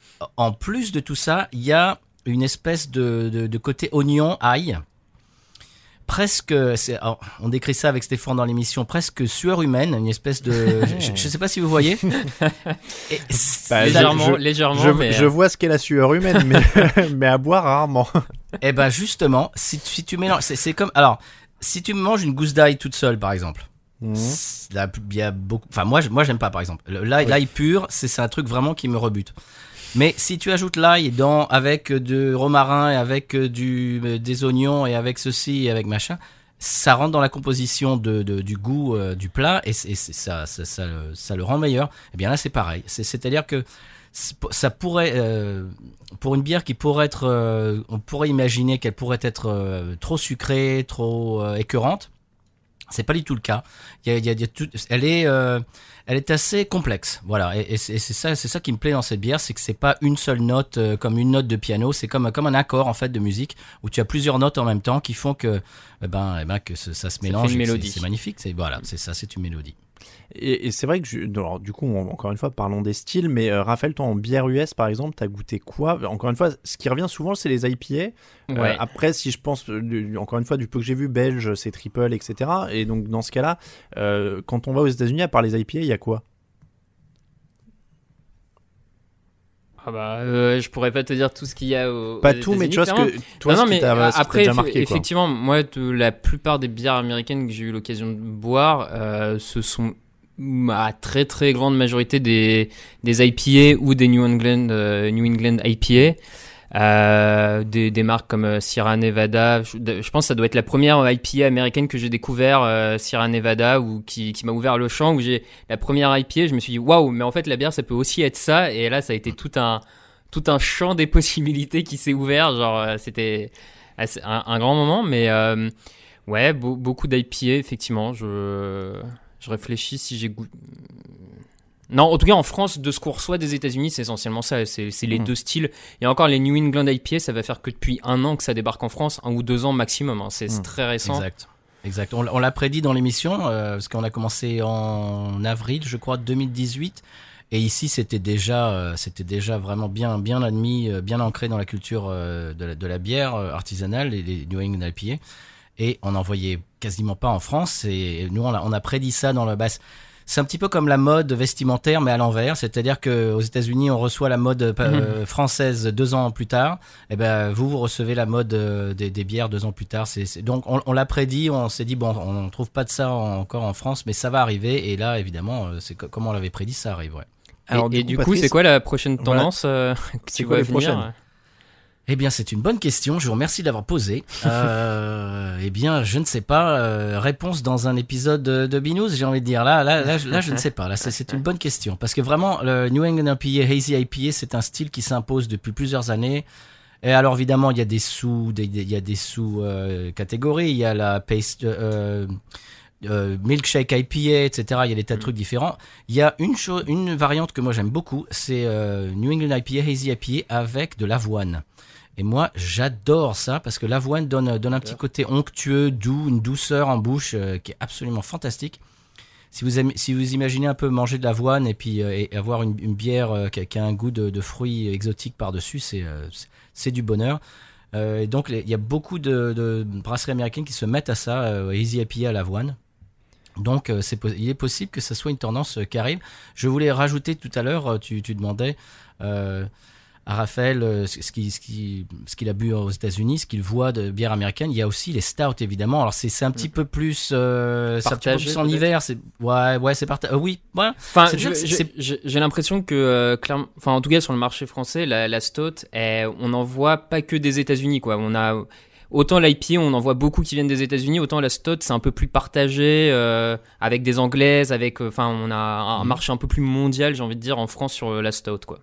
En plus de tout ça, il y a une espèce de, de, de côté oignon, ail. Presque, c'est, alors, on décrit ça avec Stéphane dans l'émission, presque sueur humaine, une espèce de, je, je sais pas si vous voyez. Et ça- Bah, légèrement, je- légèrement, Je, mais je euh, vois ce qu'est la sueur humaine mais, mais à boire rarement. Eh ben justement, si, si tu mélanges, c'est, c'est comme, alors, si tu manges une gousse d'ail toute seule, par exemple, c'est- là, il y a beaucoup, enfin moi, je- moi j'aime pas, par exemple. Le- L'ail, l'ail pur, c'est, c'est un truc vraiment qui me rebute. Mais si tu ajoutes l'ail dans avec du romarin et avec du euh, des oignons et avec ceci et avec machin, ça rentre dans la composition de, de du goût euh, du plat et, c'est, et c'est- ça, ça ça le- ça le rend meilleur. Et bien là c'est pareil. C'est, c'est-à-dire que c'est- ça pourrait euh, pour une bière qui pourrait être, euh, on pourrait imaginer qu'elle pourrait être euh, trop sucrée, trop euh, écœurante. C'est pas du tout le cas. Il y a, il y a, il y a tout, elle est, euh, elle est assez complexe. Voilà. Et, et c'est, et c'est ça, c'est ça qui me plaît dans cette bière, c'est que c'est pas une seule note euh, comme une note de piano. C'est comme comme un accord en fait de musique où tu as plusieurs notes en même temps qui font que, eh ben, eh ben que ça, ça se mélange. fait une et que c'est- mélodie. C'est magnifique. C'est voilà, c'est ça, c'est une mélodie. Et, et c'est vrai que je, alors, du coup on- encore une fois parlons des styles mais euh, Raphaël toi en bière U S par exemple t'as goûté quoi? Encore une fois ce qui revient souvent c'est les I P A. ouais. Euh, après si je pense euh, du- encore une fois du peu que j'ai vu belge c'est triple etc et donc dans ce cas là euh, quand on va aux États-Unis à part les I P A il y a quoi? Ah bah, euh, je pourrais pas te dire tout ce qu'il y a au, Pas aux tout mais tu États-Unis, vois ce clairement. que toi non, ce non, qui mais t'a, euh, ce qui t'a après, déjà eff- marqué quoi. effectivement, moi, de la plupart des bières américaines que j'ai eu l'occasion de boire, euh, ce sont à très très grande majorité des, des I P A ou des New England, euh, New England I P A. Euh, des, des marques comme euh, Sierra Nevada. Je, de- je pense que ça doit être la première I P A américaine que j'ai découvert, euh, Sierra Nevada, ou qui, qui m'a ouvert le champ, où j'ai la première I P A. Je me suis dit waouh, mais en fait la bière ça peut aussi être ça. Et là ça a été tout un tout un champ des possibilités qui s'est ouvert. Genre euh, c'était assez- un, un grand moment, mais euh, ouais, beau- beaucoup d'I P A effectivement. Je je réfléchis si j'ai goûté. Non, en tout cas en France, de ce qu'on reçoit des États-Unis, c'est essentiellement ça. C'est, c'est les mmh. deux styles. Et encore les New England I P A, ça va faire que depuis un an que ça débarque en France, un ou deux ans maximum. Hein. C'est, mmh. c'est très récent. Exact. Exact. On, on l'a prédit dans l'émission euh, parce qu'on a commencé en avril, je crois, deux mille dix-huit. Et ici, c'était déjà, euh, c'était déjà vraiment bien, bien admis, euh, bien ancré dans la culture euh, de, la, de la bière euh, artisanale, les, les New England I P A. Et on n'en voyait quasiment pas en France. Et nous, on a, on a prédit ça dans le basse. C'est un petit peu comme la mode vestimentaire, mais à l'envers. C'est-à-dire qu'aux États-Unis, on reçoit la mode euh, française deux ans plus tard. Et ben, vous, vous recevez la mode euh, des, des bières deux ans plus tard. C'est, c'est... Donc, on, on l'a prédit. On s'est dit, bon, on ne trouve pas de ça en, encore en France, mais ça va arriver. Et là, évidemment, c'est comme on l'avait prédit, ça arrive, ouais. Alors, et du coup, du coup Patrice, c'est quoi la prochaine tendance voilà. euh, C'est quoi les prochaines? Eh bien, c'est une bonne question. Je vous remercie de l'avoir posée. Euh, eh bien, je ne sais pas. Euh, réponse dans un épisode de, de Binous, j'ai envie de dire. Là, là, là, là, je ne sais pas. Là, c'est, c'est une bonne question parce que vraiment, le New England I P A, Hazy I P A, c'est un style qui s'impose depuis plusieurs années. Et alors, évidemment, il y a des sous, des, il y a des sous euh, catégories. Il y a la paste. Euh, Euh, milkshake I P A, et cetera. Il y a des tas de trucs différents. Il y a une chose, une variante que moi j'aime beaucoup, c'est euh, New England I P A, Hazy I P A avec de l'avoine. Et moi, j'adore ça parce que l'avoine donne, donne un petit côté onctueux, doux, une douceur en bouche euh, qui est absolument fantastique. Si vous, aimez, si vous imaginez un peu manger de l'avoine et puis euh, et avoir une, une bière euh, qui, a, qui a un goût de, de fruits exotiques par-dessus, c'est, euh, c'est, c'est du bonheur. Euh, et donc, il y a beaucoup de, de brasseries américaines qui se mettent à ça, euh, Hazy I P A à l'avoine. Donc, euh, c'est, il est possible que ça soit une tendance euh, qui arrive. Je voulais rajouter tout à l'heure, euh, tu, tu demandais euh, à Raphaël euh, ce, qu'il, ce, qu'il, ce qu'il a bu aux États-Unis, ce qu'il voit de bière américaine. Il y a aussi les stouts, évidemment. Alors, c'est, c'est un petit mmh. peu plus, euh, c'est un petit peu plus en peut-être. Hiver. C'est, ouais, ouais, c'est partagé. Euh, oui, ouais. Enfin, c'est je, je, c'est... J'ai, j'ai l'impression que, euh, clairement, enfin, en tout cas, sur le marché français, la, la stout, elle, on n'en voit pas que des États-Unis, quoi. On a. Autant l'I P A, on en voit beaucoup qui viennent des États-Unis, autant la stout, c'est un peu plus partagé, euh, avec des Anglaises, avec, enfin, euh, on a un, un marché un peu plus mondial, j'ai envie de dire, en France sur euh, la stout, quoi.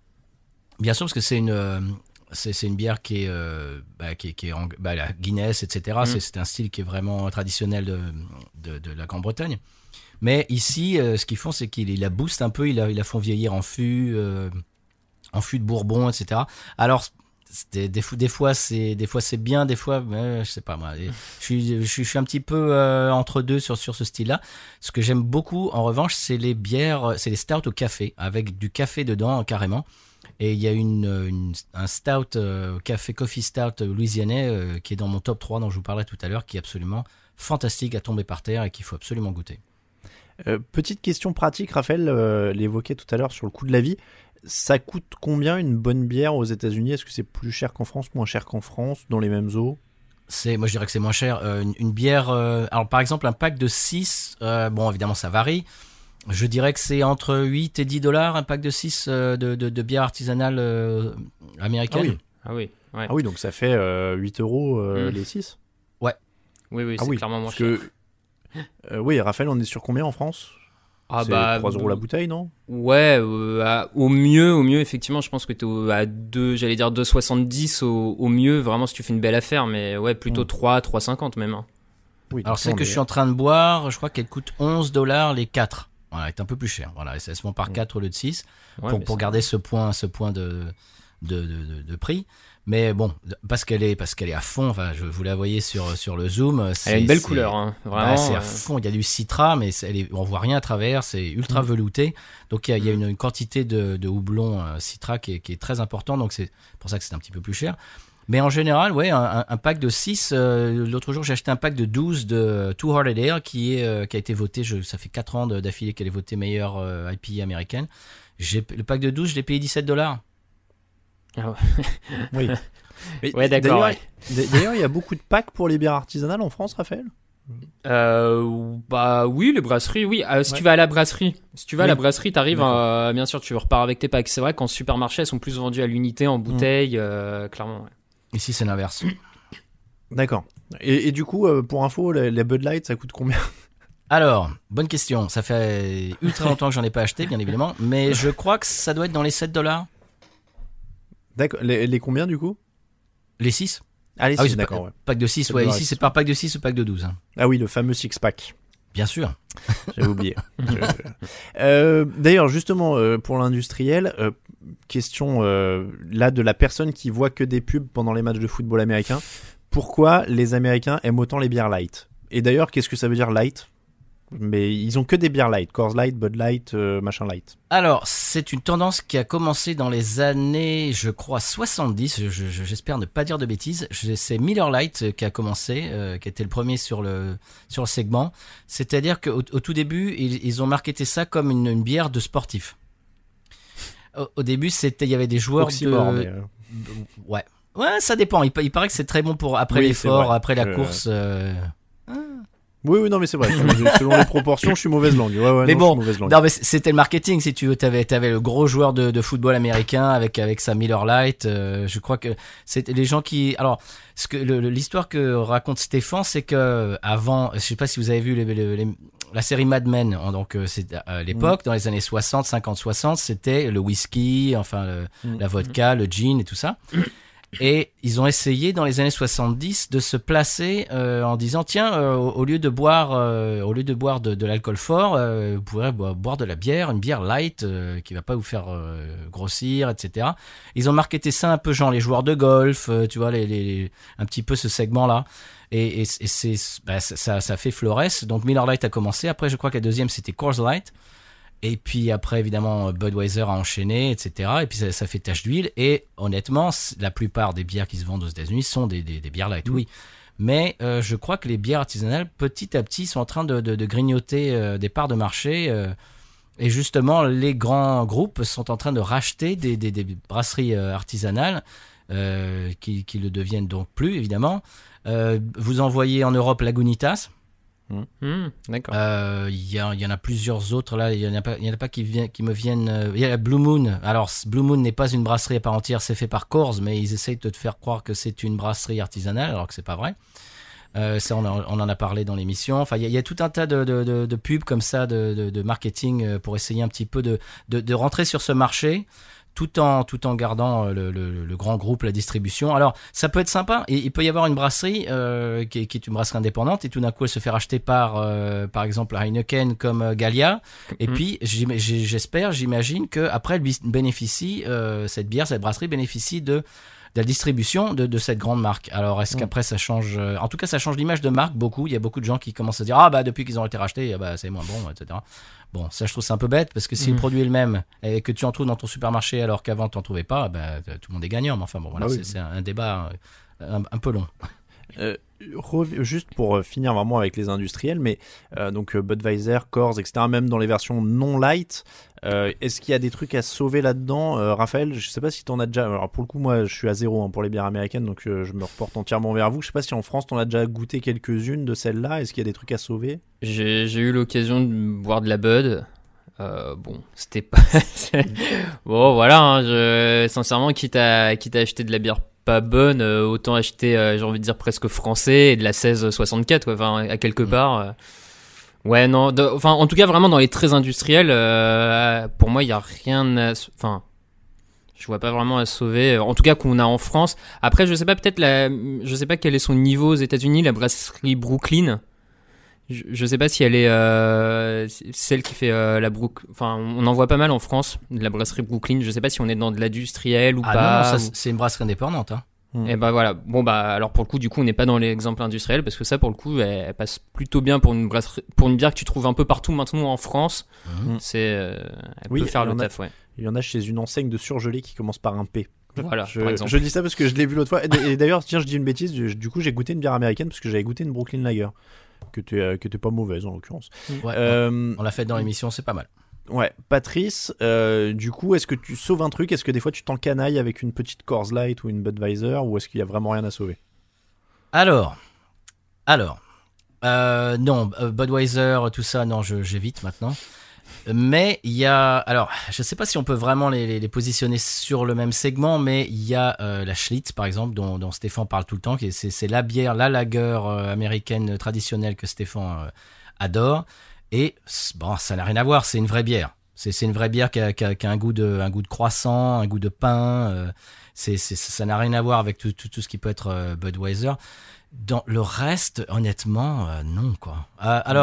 Bien sûr, parce que c'est une, euh, c'est, c'est une bière qui est, euh, bah, qui est, qui est en, bah, la Guinness, et cetera. Mm. C'est, c'est un style qui est vraiment traditionnel de, de, de la Grande-Bretagne. Mais ici, euh, ce qu'ils font, c'est qu'ils la boostent un peu, ils la, ils la font vieillir en fût, euh, en fût de Bourbon, et cetera. Alors, Des, des, des fois c'est des fois c'est bien, des fois euh, je sais pas moi. Je suis je suis, je suis un petit peu euh, entre deux sur sur ce style-là. Ce que j'aime beaucoup en revanche, c'est les bières, c'est les stouts au café avec du café dedans carrément. Et il y a une, une un stout euh, café coffee stout louisianais euh, qui est dans mon top trois dont je vous parlais tout à l'heure, qui est absolument fantastique à tomber par terre et qu'il faut absolument goûter. Euh, petite question pratique, Raphaël euh, l'évoquait tout à l'heure sur le coût de la vie. Ça coûte combien une bonne bière aux États-Unis? Est-ce que c'est plus cher qu'en France, moins cher qu'en France, dans les mêmes eaux? C'est, moi je dirais que c'est moins cher. Euh, une, une bière, euh, alors par exemple un pack de six, euh, bon évidemment ça varie. Je dirais que c'est entre huit et dix dollars un pack de six euh, de, de, de bière artisanale euh, américaine. Ah oui, ah oui, ouais. Ah oui, donc ça fait euh, huit euros euh, mmh. les six. Ouais. Oui, oui, ah c'est oui, clairement moins cher. Que, euh, oui, Raphaël, on est sur combien en France? Ah c'est bah, trois euros la bouteille, non? Ouais, euh, à, au mieux, au mieux, effectivement, je pense que t'es au, à deux, j'allais dire deux euros soixante-dix au, au mieux, vraiment si tu fais une belle affaire, mais ouais, plutôt mmh. trois, trois euros cinquante même. Hein. Oui, alors celle que est... je suis en train de boire, je crois qu'elle coûte onze dollars les quatre. Voilà, elle est un peu plus chère. Voilà, ça se vend par quatre mmh. au lieu de six, ouais, pour, pour garder ce point, ce point de, de, de, de, de prix. Mais bon, parce qu'elle est, parce qu'elle est à fond. Enfin, je vous la voyez sur sur le zoom. C'est, elle a une belle couleur, hein, vraiment. Bah, c'est à fond. Il y a du citra, mais c'est, elle est, on voit rien à travers. C'est ultra mmh. velouté. Donc il y a, il y a une, une quantité de, de houblon euh, citra qui est, qui est très important. Donc c'est pour ça que c'est un petit peu plus cher. Mais en général, ouais, un, un pack de six. Euh, l'autre jour, j'ai acheté un pack de douze de Two Hearted Ale qui est euh, qui a été voté. Je, ça fait quatre ans de, d'affilée qu'elle est votée meilleure euh, I P A américaine. J'ai, le pack de douze, je l'ai payé dix-sept dollars. Ah ouais. Oui. Mais ouais, d'accord. D'ailleurs, ouais. d'ailleurs, il y a beaucoup de packs pour les bières artisanales en France, Raphaël? Euh, bah oui, les brasseries, oui. Euh, si ouais. tu vas à la brasserie, si tu vas oui. à la brasserie, t'arrives, euh, bien sûr, tu repars avec tes packs. C'est vrai qu'en supermarché, elles sont plus vendues à l'unité, en bouteille, mmh. euh, clairement. Ouais. Ici, c'est l'inverse. D'accord. Et, et du coup, euh, pour info, la, la Bud Light, ça coûte combien? Alors, bonne question. Ça fait ultra longtemps que j'en ai pas acheté, bien évidemment, mais je crois que ça doit être dans les sept dollars. D'accord. Les, les combien du coup? Les six. Ah, les ah six, oui, d'accord. Pas, ouais. pack de six, ouais. Ici, c'est par pack de six ou pack de douze. Hein. Ah oui, le fameux six-pack. Bien sûr. J'avais oublié. Je- Euh, D'ailleurs, justement, euh, pour l'industriel, euh, question euh, là de la personne qui voit que des pubs pendant les matchs de football américains. Pourquoi les Américains aiment autant les bières light ? Et d'ailleurs, qu'est-ce que ça veut dire light ? Mais ils ont que des bières light, Coors Light, Bud Light, euh, machin light. Alors, c'est une tendance qui a commencé dans les années, je crois, soixante-dix. Je, je- j'espère ne pas dire de bêtises. Je- C'est Miller Lite euh, qui a commencé, euh, qui était le premier sur le sur le segment. C'est-à-dire qu'au au tout début, ils, ils ont marketé ça comme une, une bière de sportif. Au, au début, c'était, il y avait des joueurs Oxymore, de, mais, euh, ouais, ouais, ça dépend. Il, pa- il paraît que c'est très bon pour après Oui, l'effort, c'est vrai. après la Je- course. euh, Oui, oui, non, mais c'est vrai. Selon, selon les proportions, je suis mauvaise langue. Ouais, ouais, Mais non, bon, je suis mauvaise langue. Non, mais c'était le marketing, si tu veux. T'avais, t'avais le gros joueur de, de football américain avec, avec sa Miller Lite. Euh, je crois que c'était les gens qui, alors, ce que, le- le- l'histoire que raconte Stéphane, c'est que avant, je sais pas si vous avez vu les, les- les- la série Mad Men, hein, donc, euh, c'est à l'époque, Mm. dans les années soixante, cinquante, soixante, c'était le whisky, enfin, le- Mm. la vodka, le gin et tout ça. Et ils ont essayé dans les années soixante-dix de se placer euh, en disant tiens euh, au, au lieu de boire euh, au lieu de boire de, de l'alcool fort euh, vous pourrez bo- boire de la bière, une bière light euh, qui va pas vous faire euh, grossir, et cetera. Ils ont marketé ça un peu genre les joueurs de golf, euh, tu vois les, les, les- un petit peu ce segment là. Et, et, et c'est bah, ça, ça ça fait florès. Donc Miller Lite a commencé. Après je crois que la deuxième c'était Coors Light. Et puis après, évidemment, Budweiser a enchaîné, et cetera. Et puis ça, ça fait tache d'huile. Et honnêtement, c- la plupart des bières qui se vendent aux États-Unis sont des, des, des bières light, oui. Mais euh, je crois que les bières artisanales, petit à petit, sont en train de, de, de grignoter euh, des parts de marché. euh, et justement, les grands groupes sont en train de racheter des, des, des brasseries euh, artisanales euh, qui, qui le deviennent donc plus, évidemment. Euh, vous envoyez en Europe Lagunitas. Hmm, d'accord. Euh, Il y, a- il y en a plusieurs autres là. Il y en a pas, il y en a pas qui, vient- qui me viennent. euh, Il y a la Blue Moon. Alors c- Blue Moon n'est pas une brasserie à part entière, c'est fait par Coors, mais ils essayent de te faire croire que c'est une brasserie artisanale, alors que c'est pas vrai. Euh, ça, on, en- on en a parlé dans l'émission. Enfin, il y, a- il y a tout un tas de, de, de, de pubs comme ça, de, de, de marketing euh, pour essayer un petit peu de, de, de rentrer sur ce marché. Tout en, tout en gardant euh, le, le, le grand groupe, la distribution. Alors, ça peut être sympa. Et il peut y avoir une brasserie euh, qui, est, qui est une brasserie indépendante et tout d'un coup, elle se fait racheter par, euh, par exemple, Heineken comme euh, Gallia. Et Mhm. puis, j'im- j'ai- j'espère, j'imagine que après, elle bis- bénéficie, euh, cette bière, cette brasserie bénéficie de de la distribution de, de cette grande marque. Alors, est-ce Mm. qu'après ça change euh, En tout cas, ça change l'image de marque beaucoup. Il y a beaucoup de gens qui commencent à dire ah bah depuis qu'ils ont été rachetés, ah, bah c'est moins bon, et cetera. Bon, ça je trouve c'est un peu bête parce que si Mm. le produit est le même et que tu en trouves dans ton supermarché alors qu'avant tu n'en trouvais pas, bah, tout le monde est gagnant. Mais enfin bon, voilà, Bah oui. c'est, c'est un, un débat euh, un, un peu long. Euh, rev- juste pour euh, finir vraiment avec les industriels, mais euh, donc euh, Budweiser, Coors, et cetera, même dans les versions non light, euh, est-ce qu'il y a des trucs à sauver là-dedans, euh, Raphaël? Je sais pas si t'en as déjà. Alors pour le coup, moi, je suis à zéro hein, pour les bières américaines, donc euh, je me reporte entièrement vers vous. Je sais pas si en France, t'en as déjà goûté quelques-unes de celles-là. Est-ce qu'il y a des trucs à sauver? J'ai j'ai eu l'occasion de boire de la Bud. Euh, bon, c'était pas. Bon, voilà. Hein, je... Sincèrement, quitte à quitte à acheter de la bière pas bonne, euh, autant acheter, euh, j'ai envie de dire presque français et de la seize soixante-quatre, quoi. Enfin, à quelque Mm. part. euh, Ouais, non. de- Enfin, en tout cas, vraiment dans les très industriels, euh, pour moi, il y a rien à. s- Enfin. Je vois pas vraiment à sauver. En tout cas, qu'on a en France. Après, je sais pas, peut-être la. Je sais pas quel est son niveau aux États-Unis, la brasserie Brooklyn. Je, je sais pas si elle est euh, celle qui fait euh, la Brook. Enfin, on en voit pas mal en France, de la brasserie Brooklyn. Je sais pas si on est dans de l'industriel ou Ah pas. non, non, ça, ou- c'est une brasserie indépendante. Hein. Et bah voilà. Bon bah alors pour le coup, du coup, on n'est pas dans l'exemple industriel parce que ça, pour le coup, elle, elle passe plutôt bien pour une brasserie, pour une bière que tu trouves un peu partout maintenant en France. Mhm. C'est, euh, elle Oui, peut faire il y le en a- taf, ouais. Il y en a chez une enseigne de surgelé qui commence par un P. Voilà, Je, par exemple. je dis ça parce que je l'ai vu l'autre fois. Et d- et d'ailleurs, tiens, je dis une bêtise. Du du coup, j'ai goûté une bière américaine parce que j'avais goûté une Brooklyn Lager, qui était, euh, qui était pas mauvaise en l'occurrence. Ouais, Euh, on l'a fait dans l'émission, c'est pas mal. Ouais, Patrice, euh, du coup, est-ce que tu sauves un truc? Est-ce que des fois tu t'encanailles avec une petite Coors Light ou une Budweiser, ou est-ce qu'il y a vraiment rien à sauver? Alors, alors, euh, non, euh, Budweiser, tout ça, non, je, j'évite maintenant. Mais il y a, alors, je sais pas si on peut vraiment les, les, les positionner sur le même segment, mais il y a euh, la Schlitz, par exemple, dont, dont Stéphane parle tout le temps, qui est, c'est, c'est la bière, la lager euh, américaine traditionnelle que Stéphane euh, adore. Et bon, ça n'a rien à voir, c'est une vraie bière. C'est, c'est une vraie bière qui a, qui a, qui a un goût de, un goût de croissant, un goût de pain. Euh, c'est, c'est, ça n'a rien à voir avec tout, tout, tout ce qui peut être euh, Budweiser. Dans le reste, honnêtement, euh, non, quoi. Euh, alors,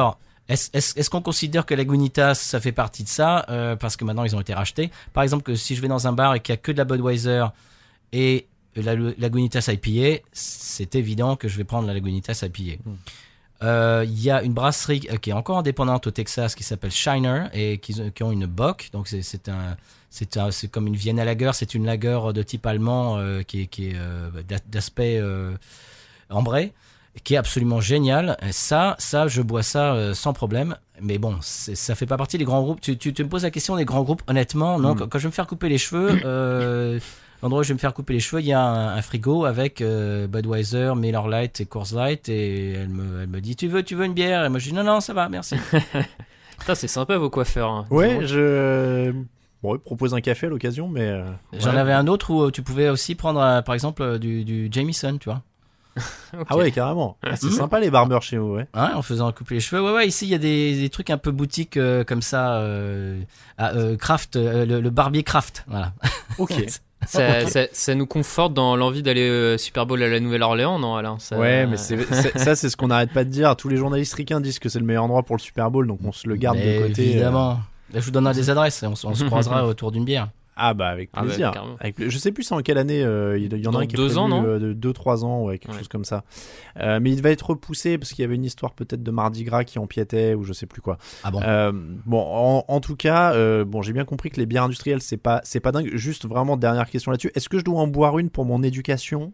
Est-ce, est-ce, est-ce qu'on considère que Lagunitas, ça fait partie de ça euh, parce que maintenant ils ont été rachetés. Par exemple, que si je vais dans un bar et qu'il y a que de la Budweiser et la Lagunitas I P A, c'est évident que je vais prendre la Lagunitas I P A. Il mm. euh, y a une brasserie qui est encore indépendante au Texas qui s'appelle Shiner et qui, qui ont une Bock. Donc c'est, c'est un, c'est un, c'est comme une Vienna Lager. C'est une lager de type allemand euh, qui est, qui est euh, d'aspect euh, ambré, qui est absolument génial. Et ça, ça, je bois ça euh, sans problème. Mais bon, c'est, ça fait pas partie des grands groupes. Tu, tu, tu me poses la question des grands groupes. Honnêtement, non. Mm. Quand, quand je vais me faire couper les cheveux, euh, l'endroit où je vais me faire couper les cheveux, il y a un, un frigo avec euh, Budweiser, Miller Lite et Coors Light. Et elle me, elle me dit, tu veux, tu veux une bière? Et moi je dis, non, non, ça va, merci. Putain, c'est sympa vos coiffeurs. Hein. Ouais, je... Bon, il propose un café à l'occasion, mais... Euh... J'en ouais. avais un autre où tu pouvais aussi prendre, euh, par exemple, du, du Jameson, tu vois. Okay. Ah ouais, carrément. Ah, c'est mmh. sympa les barbeurs chez vous, ouais. Ouais, en faisant couper les cheveux. Ouais, ouais. Ici, il y a des, des trucs un peu boutiques euh, comme ça, euh, à, euh, craft, euh, le, le barbier craft, voilà. Ok. ça, okay. ça, ça nous conforte dans l'envie d'aller euh, Super Bowl à la Nouvelle-Orléans, non, Alain ça... Ouais, mais c'est, c'est, ça, c'est ce qu'on n'arrête pas de dire. Tous les journalistes ricains disent que c'est le meilleur endroit pour le Super Bowl, donc on se le garde mais de côté. Évidemment. Euh... Je vous donnerai des adresses et on, on se croisera autour d'une bière. Ah bah avec plaisir. Ah bah, avec pla... Je sais plus c'est en quelle année, euh, il y en a Dans un qui est deux prévu, ans, non euh, de deux trois ans, ouais, quelque ouais. chose comme ça. Euh, mais il va être repoussé parce qu'il y avait une histoire peut-être de Mardi Gras qui empiétait ou je sais plus quoi. Ah bon. Euh, bon, en, en tout cas, euh, bon, j'ai bien compris que les bières industrielles c'est pas c'est pas dingue. Juste vraiment dernière question là-dessus. Est-ce que je dois en boire une pour mon éducation?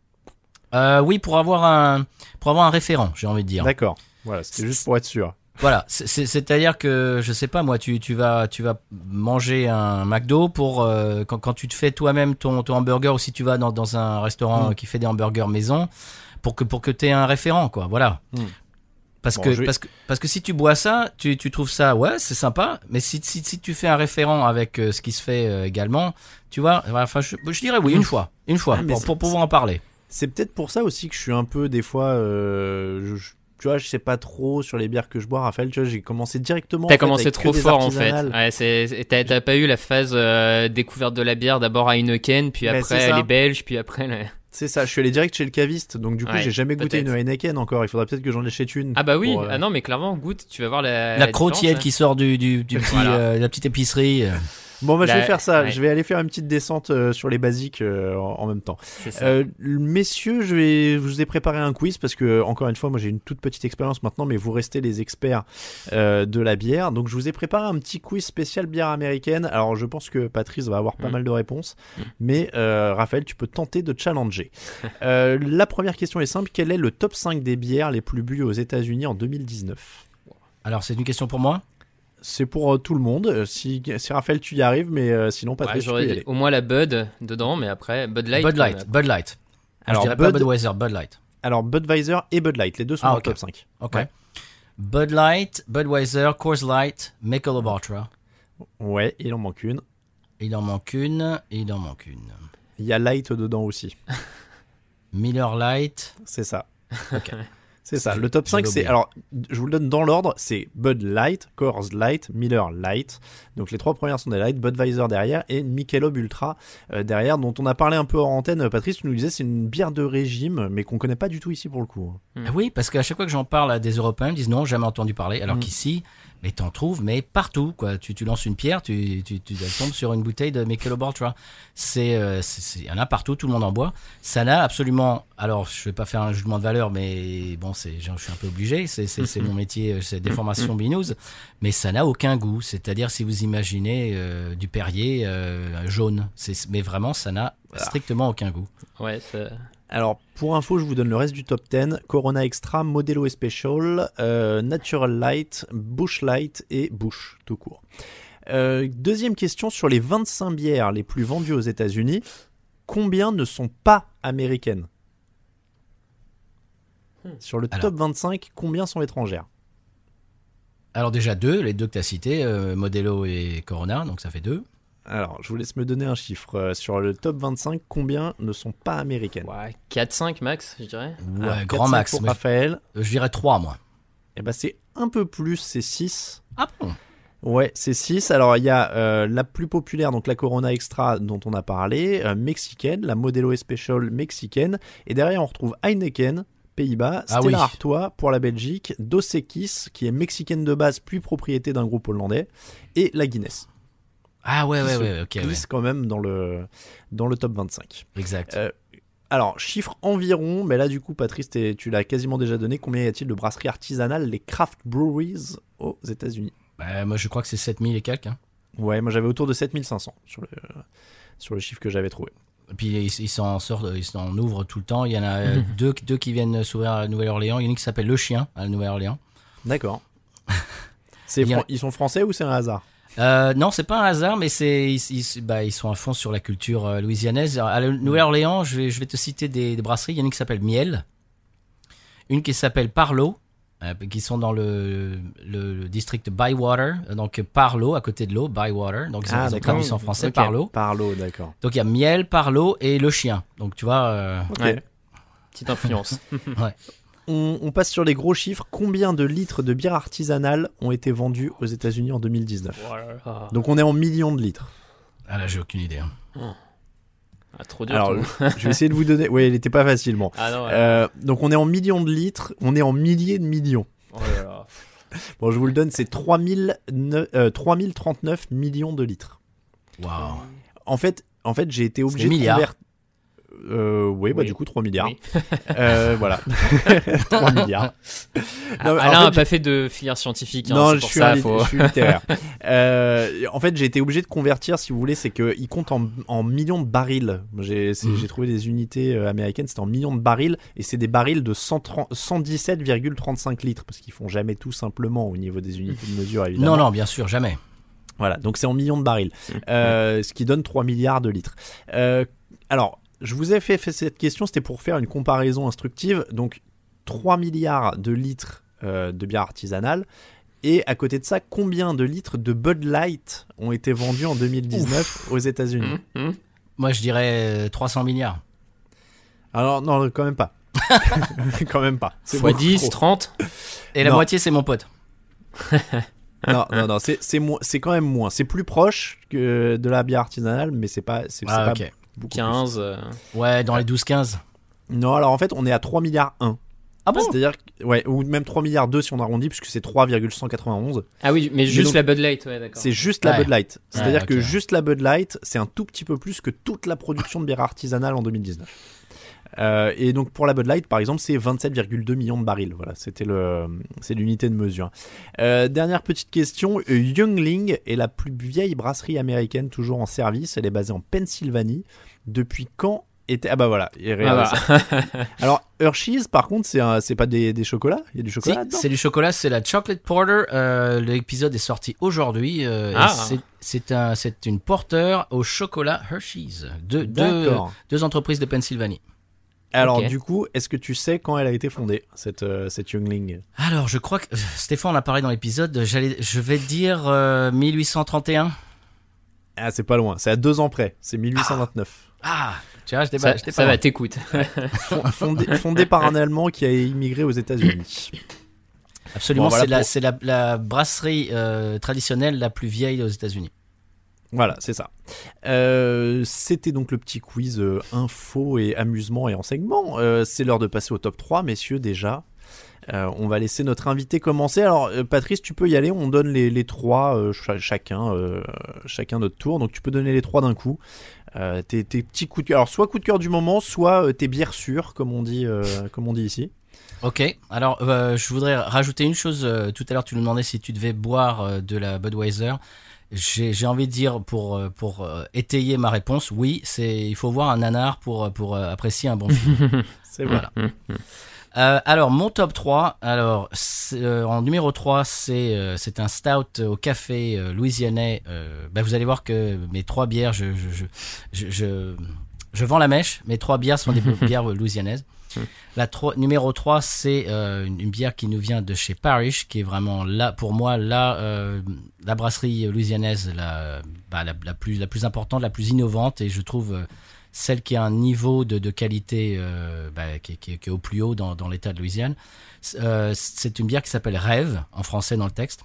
euh, Oui, pour avoir un pour avoir un référent, j'ai envie de dire. D'accord. Voilà, c'était c'est... juste pour être sûr. Voilà, c'est, c'est, c'est-à-dire que je sais pas moi, tu, tu vas tu vas manger un McDo pour euh, quand, quand tu te fais toi-même ton, ton hamburger ou si tu vas dans, dans un restaurant mmh. qui fait des hamburgers maison pour que pour que t'aies un référent quoi, voilà. Mmh. Parce bon, que vais... parce que parce que si tu bois ça, tu tu trouves ça ouais c'est sympa, mais si si si tu fais un référent avec euh, ce qui se fait euh, également, tu vois, enfin je, je dirais oui une fois, une fois ah, pour, pour pouvoir en parler. C'est peut-être pour ça aussi que je suis un peu des fois euh, je, tu vois, je sais pas trop sur les bières que je bois, Raphaël. Tu vois, j'ai commencé directement. T'as en fait, commencé trop fort en fait. Ouais, c'est, t'as, t'as pas eu la phase euh, découverte de la bière, d'abord à Heineken, puis mais après les Belges, puis après. La... C'est ça. Je suis allé direct chez le caviste, donc du coup, ouais, j'ai jamais goûté peut-être. une Heineken encore. Il faudrait peut-être que j'en achète une. Ah bah oui. Pour, euh... Ah non, mais clairement, goûte. Tu vas voir la. La, la crotielle qui sort du du, du petit, voilà. euh, la petite épicerie. Bon bah la... je vais faire ça, ouais. je vais aller faire une petite descente euh, sur les basiques euh, en, en même temps. C'est ça. Euh, messieurs, je vais je vous ai préparé un quiz parce que encore une fois moi j'ai une toute petite expérience maintenant, mais vous restez les experts euh, de la bière. Donc je vous ai préparé un petit quiz spécial bière américaine. Alors je pense que Patrice va avoir pas mmh. mal de réponses, mmh. mais euh, Raphaël tu peux tenter de challenger. euh, la première question est simple, quel est le top cinq des bières les plus bues aux États-Unis en deux mille dix-neuf? Alors c'est une question pour moi? C'est pour euh, tout le monde. Euh, si, si Raphaël, tu y arrives, mais euh, sinon, Patrice, ouais, tu peux y aller. Au moins la Bud dedans, mais après, Bud Light. Bud Light, Bud Light. Alors, je dirais Bud... pas Budweiser, Bud Light. Alors, Budweiser et Bud Light, les deux sont ah, dans okay. le top cinq. Ok. Ouais. Bud Light, Budweiser, Coors Light, Michelob Ultra. Ouais, il en manque une. Il en manque une, il en manque une. Il y a Light dedans aussi. Miller Light. C'est ça. Ok. C'est ça, le top cinq, c'est, alors, je vous le donne dans l'ordre, c'est Bud Light, Coors Light, Miller Light, donc les trois premières sont des Light, Budweiser derrière, et Michelob Ultra euh, derrière, dont on a parlé un peu hors antenne. Patrice, tu nous disais, c'est une bière de régime, mais qu'on connaît pas du tout ici pour le coup. Mmh. Oui, parce qu'à chaque fois que j'en parle à des Européens, ils me disent non, jamais entendu parler, alors mmh. qu'ici, mais t'en trouves, mais partout, quoi. Tu, tu lances une pierre, tu, tu, tu tombes sur une bouteille de Michelob Ultra. C'est, euh, c'est, c'est, il y en a partout, tout le monde en boit. Ça n'a absolument, alors je vais pas faire un jugement de valeur, mais bon, c'est, je suis un peu obligé, c'est, c'est, c'est mon métier, c'est des formations binous, mais ça n'a aucun goût. C'est-à-dire, si vous imaginez euh, du Perrier euh, jaune, c'est, mais vraiment, ça n'a strictement aucun goût. Ouais, c'est... Alors, pour info, je vous donne le reste du top dix. Corona Extra, Modelo Special, euh, Natural Light, Busch Light et Busch, tout court. Euh, deuxième question, sur les vingt-cinq bières les plus vendues aux États-Unis, combien ne sont pas américaines? hmm. Sur le Alors. top vingt-cinq, combien sont étrangères? Alors déjà deux, les deux que tu as cités, euh, Modelo et Corona, donc ça fait deux. Alors, je vous laisse me donner un chiffre. Euh, sur le top vingt-cinq, combien ne sont pas américaines? Ouais, quatre cinq max, je dirais. Ouais, Alors, grand max. Pour Raphaël. Je, je dirais trois, moi. Eh ben, c'est un peu plus, c'est six. Ah bon? Ouais, c'est six. Alors, il y a euh, la plus populaire, donc la Corona Extra dont on a parlé, euh, mexicaine, la Modelo Special mexicaine. Et derrière, on retrouve Heineken, Pays-Bas, Ah Stella oui. Artois pour la Belgique, Dos Equis, qui est mexicaine de base, puis propriété d'un groupe hollandais, et la Guinness. Ah ouais, qui ouais, se ouais, ok. glisse Ouais. quand même dans le, dans le top vingt-cinq. Exact. Euh, alors, chiffre environ, mais là du coup, Patrice, t'es- tu l'as quasiment déjà donné. Combien y a-t-il de brasseries artisanales, les craft breweries, aux États-Unis? Bah, moi, je crois que c'est sept mille et quelques. Hein. Ouais, moi j'avais autour de sept mille cinq cents sur le, sur le chiffre que j'avais trouvé. Et puis ils ils s'en sortent, ils s'en ouvrent tout le temps. Il y en a euh, deux, deux qui viennent s'ouvrir à la Nouvelle-Orléans. Il y en a une qui s'appelle Le Chien à la Nouvelle-Orléans. D'accord. C'est Il y a- fran- Ils sont français ou c'est un hasard? Euh, non, c'est pas un hasard, mais c'est ils, ils, bah, ils sont à fond sur la culture euh, louisianaise. À la Nouvelle-Orléans, je vais, je vais te citer des, des brasseries. Il y en a une qui s'appelle Miel, une qui s'appelle Parlo, euh, qui sont dans le, le, le district de Bywater, donc Parlo à côté de l'eau, Bywater. Donc ils ont, Ah, ils ont d'accord. traduit ça en français, Ok. Parlo. Parlo, d'accord. Donc il y a Miel, Parlo et Le Chien. Donc tu vois. euh, Ok. Ouais. Petite influence. On, on passe sur les gros chiffres. Combien de litres de bière artisanale ont été vendus aux États-Unis en deux mille dix-neuf? Ah, Donc on est en millions de litres. Ah là, j'ai aucune idée. hein. Ah, trop dur. Alors, ton- je vais essayer de vous donner. Oui, il était pas facile, bon. Ah non, ouais. Euh, donc on est en millions de litres, on est en milliers de millions. Oh là là. Bon, je vous le donne, c'est trois mille ne- euh, trois mille trente-neuf millions de litres. Waouh. En fait, en fait j'ai été obligé des de milliards. convertir. Euh, oui, bah Oui. du coup trois milliards. Oui. Euh, voilà. trois milliards. Non, mais en Alain fait, n'a pas fait de filière scientifique. Hein, non, c'est je pour suis, ça, un lit- faut... je suis littéraire. Euh, en fait, j'ai été obligé de convertir, si vous voulez, c'est qu'il compte en, en millions de barils. J'ai c'est- Mhm. j'ai trouvé des unités euh, américaines, c'était en millions de barils, et c'est des barils de cent trente cent dix-sept virgule trente-cinq litres, parce qu'ils font jamais tout simplement au niveau des unités de mesure, évidemment. Non, non, bien sûr, jamais. Voilà, donc c'est en millions de barils, euh, ce qui donne trois milliards de litres. Euh, alors, je vous ai fait, fait cette question, c'était pour faire une comparaison instructive. Donc, trois milliards de litres euh, de bière artisanale. Et à côté de ça, combien de litres de Bud Light ont été vendus en deux mille dix-neuf aux États-Unis? Hum, hum. Moi, je dirais euh, trois cents milliards. Alors, non, quand même pas. Quand même pas. C'est Fois beaucoup dix, trop. trente. Et la Non. moitié, c'est mon pote. Non, non, non, c'est, c'est, mo- c'est quand même moins. C'est plus proche que de la bière artisanale, mais c'est pas, c'est, c'est Ah, pas ok. beaucoup plus. quinze. euh, Ouais, dans les douze quinze. Non, alors en fait, on est à trois milliards un. Ah bon? C'est-à-dire, que- ouais, ou même trois milliards deux si on arrondit, puisque c'est trois virgule cent quatre-vingt-onze. Ah oui, mais juste donc- la Bud Light, ouais, d'accord. C'est juste la Ouais. Bud Light. C'est-à-dire Ouais, que ok. juste la Bud Light, c'est un tout petit peu plus que toute la production de bière artisanale en deux mille dix-neuf. Euh, et donc pour la Bud Light, par exemple, c'est vingt-sept virgule deux millions de barils. Voilà, c'était le, c'est l'unité de mesure. Euh, dernière petite question. euh, Yuengling est la plus vieille brasserie américaine toujours en service. Elle est basée en Pennsylvanie. Depuis quand était... Ah bah voilà. Et regardez Ah ça. Alors Hershey's, par contre, c'est, un... c'est pas des... des chocolats. Il y a du Si, chocolat dedans. c'est du chocolat, c'est la Chocolate Porter. Euh, L'épisode est sorti aujourd'hui. euh, et Ah. c'est, c'est, un, c'est une porter au chocolat Hershey's. Deux, deux, D'accord. deux entreprises de Pennsylvanie. Alors Ok. du coup, est-ce que tu sais quand elle a été fondée, cette, euh, cette Yuengling? Alors, je crois que euh, Stéphane en a parlé dans l'épisode. J'allais, je vais dire euh, mille huit cent trente et un. Ah, c'est pas loin, c'est à deux ans près, c'est mille huit cent vingt-neuf. Ah, tu vois, je t'ai Ça, pas, je t'ai ça pas va, loin. t'écoutes. Fond- Fondé, fondé par un Allemand qui a immigré aux États-Unis. Absolument, Bon, voilà c'est, la, pour- c'est la, la brasserie euh, traditionnelle la plus vieille aux États-Unis. Voilà, c'est ça. Euh, c'était donc le petit quiz euh, info et amusement et enseignement. Euh, c'est l'heure de passer au top trois, messieurs, déjà. Euh, on va laisser notre invité commencer. Alors, euh, Patrice, tu peux y aller. On donne les, les trois, euh, ch- chacun, euh, chacun notre tour. Donc, tu peux donner les trois d'un coup. Euh, tes, tes petits coups de cœur. Alors, soit coup de cœur du moment, soit euh, tes bières sûres, comme on dit, euh, comme on dit ici. Ok, alors euh, je voudrais rajouter une chose. Euh, tout à l'heure, tu nous demandais si tu devais boire euh, de la Budweiser. J'ai, j'ai envie de dire, pour, euh, pour euh, étayer ma réponse, oui, c'est, il faut voir un nanar pour, pour euh, apprécier un bon film. C'est vrai. Voilà. Euh, alors, mon top trois, alors, c'est, euh, en numéro trois, c'est, euh, c'est un stout au café euh, louisianais. Euh, bah, vous allez voir que mes trois bières, je, je, je, je, je, je vends la mèche. Mes trois bières sont des bières louisianaises. La tro- numéro trois, c'est euh, une, une bière qui nous vient de chez Parrish, qui est vraiment là, pour moi, la, euh, la brasserie louisianaise la, bah, la, la, plus, la plus importante, la plus innovante, et je trouve euh, celle qui a un niveau de, de qualité euh, bah, qui, qui, qui est au plus haut dans, dans l'état de Louisiane. Euh, c'est une bière qui s'appelle Rêve, en français dans le texte.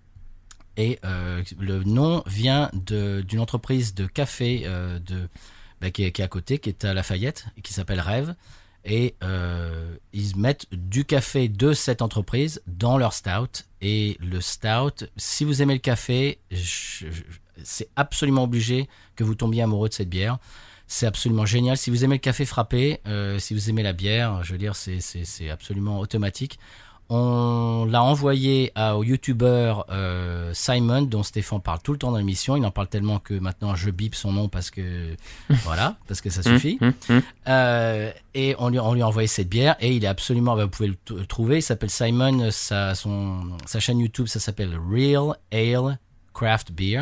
Et euh, le nom vient de, d'une entreprise de café euh, de, bah, qui, est, qui est à côté, qui est à Lafayette, et qui s'appelle Rêve. Et euh, ils mettent du café de cette entreprise dans leur stout. Et le stout, si vous aimez le café, je, je, c'est absolument obligé que vous tombiez amoureux de cette bière. C'est absolument génial. Si vous aimez le café frappé, euh, si vous aimez la bière, je veux dire, c'est, c'est, c'est absolument automatique. On l'a envoyé à, au youtubeur euh, Simon, dont Stéphane parle tout le temps dans l'émission. Il en parle tellement que maintenant je bip son nom parce que voilà, parce que ça suffit. Euh, et on lui, on lui a envoyé cette bière et il est absolument, bah, vous pouvez le, t- le trouver. Il s'appelle Simon. Sa, son, sa chaîne YouTube, ça s'appelle Real Ale Craft Beer.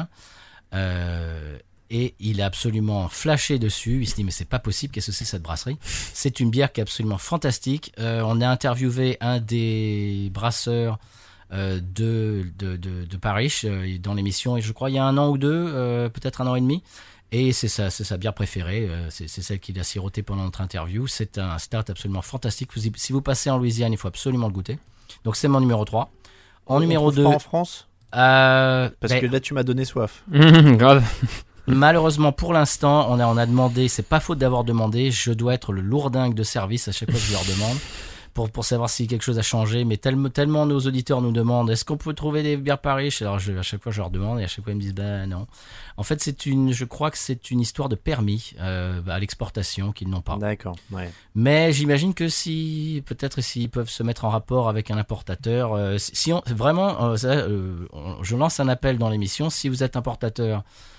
Euh, Et il a absolument flashé dessus. Il se dit mais c'est pas possible, qu'est-ce que c'est cette brasserie? C'est une bière qui est absolument fantastique. Euh, on a interviewé un des brasseurs euh, de, de, de, de Paris euh, dans l'émission, et je crois il y a un an ou deux, euh, peut-être un an et demi. Et c'est sa, c'est sa bière préférée, euh, c'est, c'est celle qu'il a sirotée pendant notre interview. C'est un start absolument fantastique. Vous, si vous passez en Louisiane, il faut absolument le goûter. Donc c'est mon numéro trois. En on numéro deux, pas en France euh, parce ben, que là tu m'as donné soif. Grave. Malheureusement, pour l'instant, on a, on a demandé, c'est pas faute d'avoir demandé, je dois être le lourdingue de service à chaque fois que je leur demande, pour, pour savoir si quelque chose a changé, mais tellement, tellement nos auditeurs nous demandent, est-ce qu'on peut trouver des bières Paris? Alors je, à chaque fois je leur demande, et à chaque fois ils me disent, ben non. En fait, c'est une, je crois que c'est une histoire de permis euh, à l'exportation qu'ils n'ont pas. D'accord, ouais. Mais j'imagine que si, peut-être s'ils peuvent se mettre en rapport avec un importateur, euh, si on, vraiment, euh, ça, euh, on, je lance un appel dans l'émission, si vous êtes importateur,